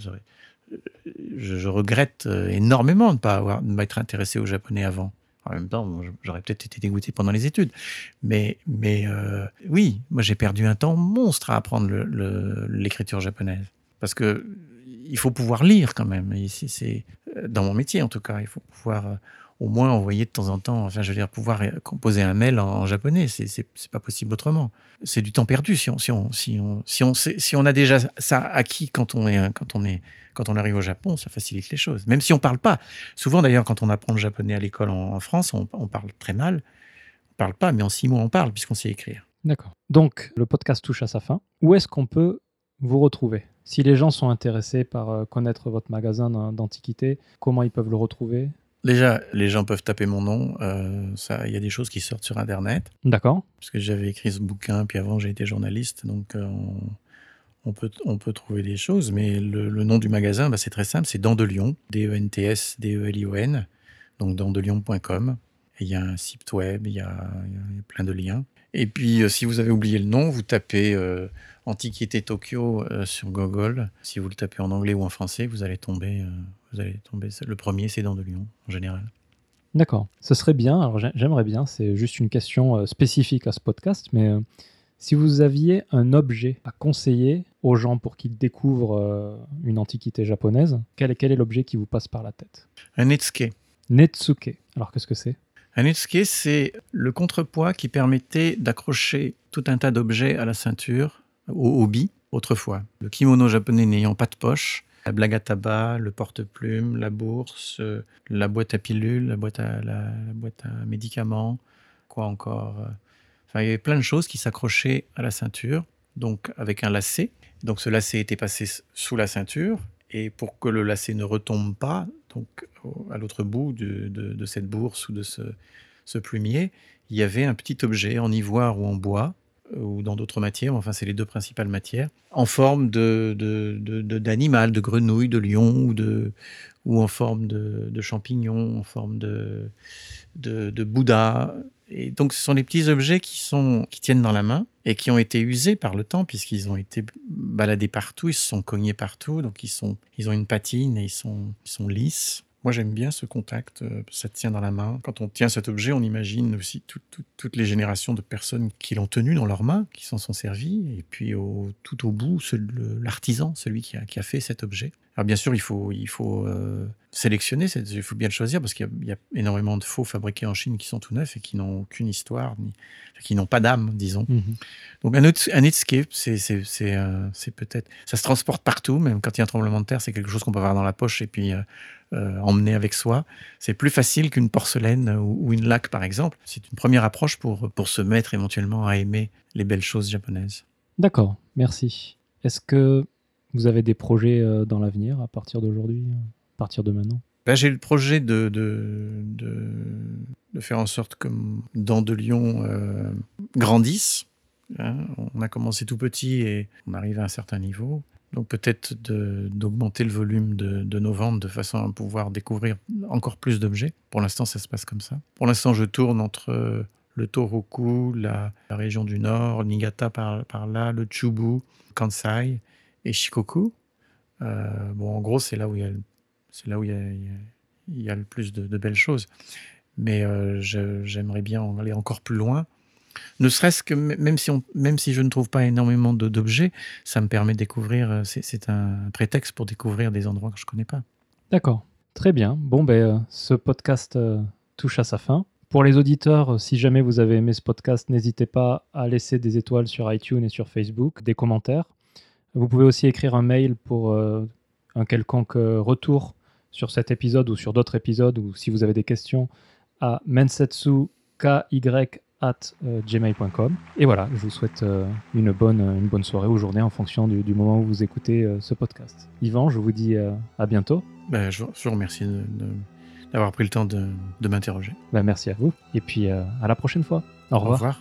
je, je regrette énormément de ne pas avoir, de m'être intéressé au japonais avant. En même temps, j'aurais peut-être été dégoûté pendant les études. Mais, mais euh, oui, moi, j'ai perdu un temps monstre à apprendre le, le, l'écriture japonaise. Parce que il faut pouvoir lire quand même. Et c'est, c'est, dans mon métier, en tout cas, il faut pouvoir... Euh, au moins envoyer de temps en temps, enfin je veux dire pouvoir composer un mail en, en japonais, c'est, c'est c'est pas possible autrement. C'est du temps perdu si on si on si on si on sait, si on a déjà ça acquis quand on est quand on est quand on arrive au Japon, ça facilite les choses. Même si on parle pas. Souvent d'ailleurs quand on apprend le japonais à l'école en, en France, on, on parle très mal. On parle pas, mais en six mois on parle puisqu'on sait écrire. D'accord. Donc le podcast touche à sa fin. Où est-ce qu'on peut vous retrouver? Si les gens sont intéressés par euh, connaître votre magasin d'antiquité, comment ils peuvent le retrouver? Déjà, les gens peuvent taper mon nom. Euh, ça, il y a des choses qui sortent sur Internet. D'accord. Parce que j'avais écrit ce bouquin, puis avant j'ai été journaliste, donc euh, on, on, peut, on peut trouver des choses. Mais le, le nom du magasin, bah, c'est très simple, c'est Dents de Lion, D E N T S D E L I O N, donc dents de lion point com. Il y a un site web, il y a, y a plein de liens. Et puis, euh, si vous avez oublié le nom, vous tapez euh, Antiquité Tokyo euh, sur Google. Si vous le tapez en anglais ou en français, vous allez tomber. Euh, vous allez tomber. Le premier, c'est Dents de Lion, en général. D'accord. Ce serait bien. Alors, j'aimerais bien. C'est juste une question euh, spécifique à ce podcast, mais euh, si vous aviez un objet à conseiller aux gens pour qu'ils découvrent euh, une antiquité japonaise, quel est, quel est l'objet qui vous passe par la tête? Un netsuke. Netsuke. Alors, qu'est-ce que c'est? Un netsuke, c'est le contrepoids qui permettait d'accrocher tout un tas d'objets à la ceinture, au obi, autrefois. Le kimono japonais n'ayant pas de poche, la blague à tabac, le porte-plume, la bourse, la boîte à pilules, la boîte à, la, la boîte à médicaments, quoi encore. Enfin, il y avait plein de choses qui s'accrochaient à la ceinture, donc avec un lacet. Donc ce lacet était passé sous la ceinture, et pour que le lacet ne retombe pas, donc à l'autre bout de, de, de cette bourse ou de ce, ce plumier, il y avait un petit objet en ivoire ou en bois, ou dans d'autres matières, enfin c'est les deux principales matières, en forme de, de, de, de, d'animal, de grenouille, de lion, ou, de, ou en forme de, de champignon, en forme de, de, de Bouddha. Et donc ce sont des petits objets qui, sont, qui tiennent dans la main et qui ont été usés par le temps puisqu'ils ont été baladés partout, ils se sont cognés partout, donc ils, sont, ils ont une patine et ils sont, ils sont lisses. Moi, j'aime bien ce contact, ça tient dans la main. Quand on tient cet objet, on imagine aussi tout, tout, toutes les générations de personnes qui l'ont tenu dans leurs mains, qui s'en sont servis, et puis au, tout au bout, ce, le, l'artisan, celui qui a, qui a fait cet objet. Alors bien sûr, il faut, il faut euh, sélectionner, il faut bien le choisir, parce qu'il y a, il y a énormément de faux fabriqués en Chine qui sont tout neufs et qui n'ont aucune histoire, ni, qui n'ont pas d'âme, disons. Mm-hmm. Donc un, un netsuke, c'est, c'est, c'est, euh, c'est peut-être... Ça se transporte partout, même quand il y a un tremblement de terre, c'est quelque chose qu'on peut avoir dans la poche et puis... Euh, Euh, emmener avec soi. C'est plus facile qu'une porcelaine ou, ou une laque, par exemple. C'est une première approche pour, pour se mettre éventuellement à aimer les belles choses japonaises. D'accord, merci. Est-ce que vous avez des projets euh, dans l'avenir à partir d'aujourd'hui, à partir de maintenant? Ben, j'ai le projet de, de, de, de faire en sorte que Dents de Lion euh, grandisse. Hein, on a commencé tout petit et on arrive à un certain niveau. Donc peut-être de, d'augmenter le volume de, de nos ventes de façon à pouvoir découvrir encore plus d'objets. Pour l'instant, ça se passe comme ça. Pour l'instant, je tourne entre le Tohoku, la, la région du Nord, Niigata par, par là, le Chubu, Kansai et Shikoku. Euh, bon, en gros, c'est là où il y a, c'est là où il y a, il y a, il y a le plus de, de belles choses. Mais euh, je, j'aimerais bien aller encore plus loin. Ne serait-ce que même si, on, même si je ne trouve pas énormément de, d'objets, ça me permet de découvrir, c'est, c'est un prétexte pour découvrir des endroits que je ne connais pas. D'accord, très bien. Bon, ben, euh, ce podcast euh, touche à sa fin. Pour les auditeurs, si jamais vous avez aimé ce podcast, n'hésitez pas à laisser des étoiles sur iTunes et sur Facebook, des commentaires. Vous pouvez aussi écrire un mail pour euh, un quelconque euh, retour sur cet épisode ou sur d'autres épisodes, ou si vous avez des questions, à mensetsu ky at gmail point com. Et voilà, je vous souhaite euh, une, bonne, une bonne soirée ou journée en fonction du, du moment où vous écoutez euh, ce podcast. Yvan, je vous dis euh, à bientôt. Ben, je, je vous remercie de, de, d'avoir pris le temps de, de m'interroger. Bah, merci à vous. Et puis euh, à la prochaine fois. Au revoir. Au revoir.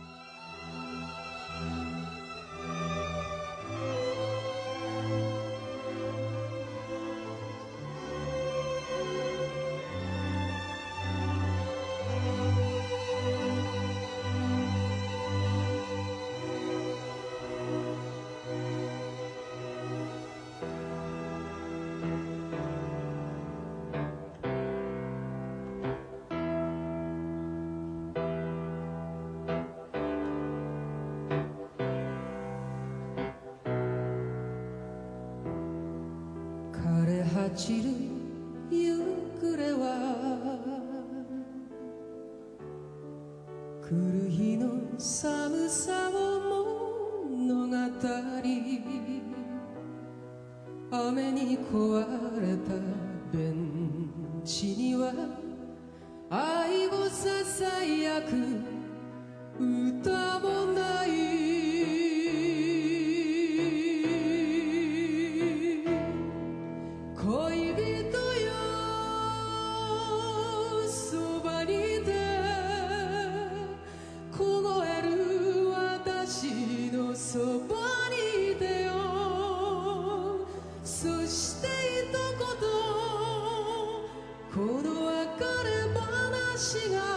散る夕暮れは来る日の寒さを物語雨に壊れたベンチには愛をささやく歌もない恋人よそばにいて凍える私のそばにいてよそして一言この別れ話が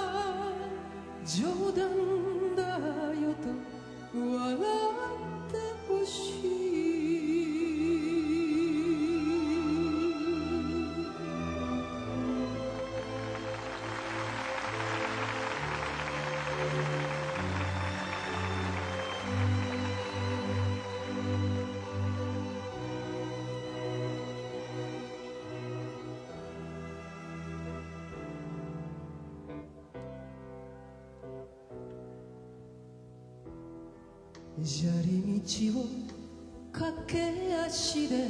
冗談だよと笑ってほしい砂利道を駆け足で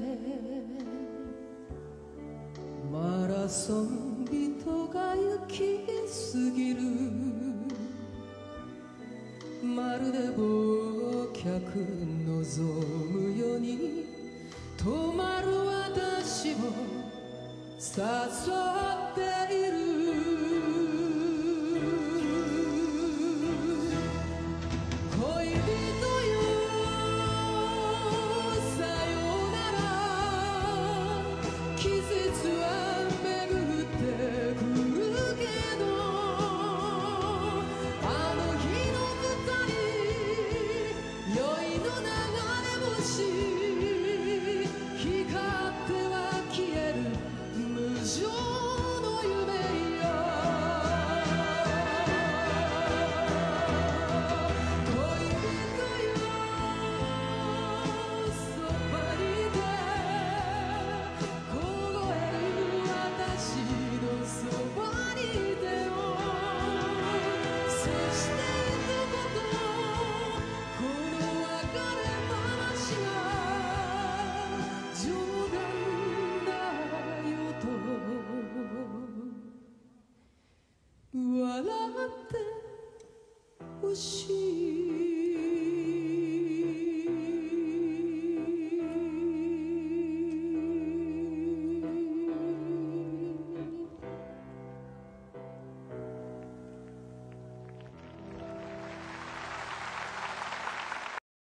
マラソン人が行き過ぎるまるで忘却望むように止まる私を誘っている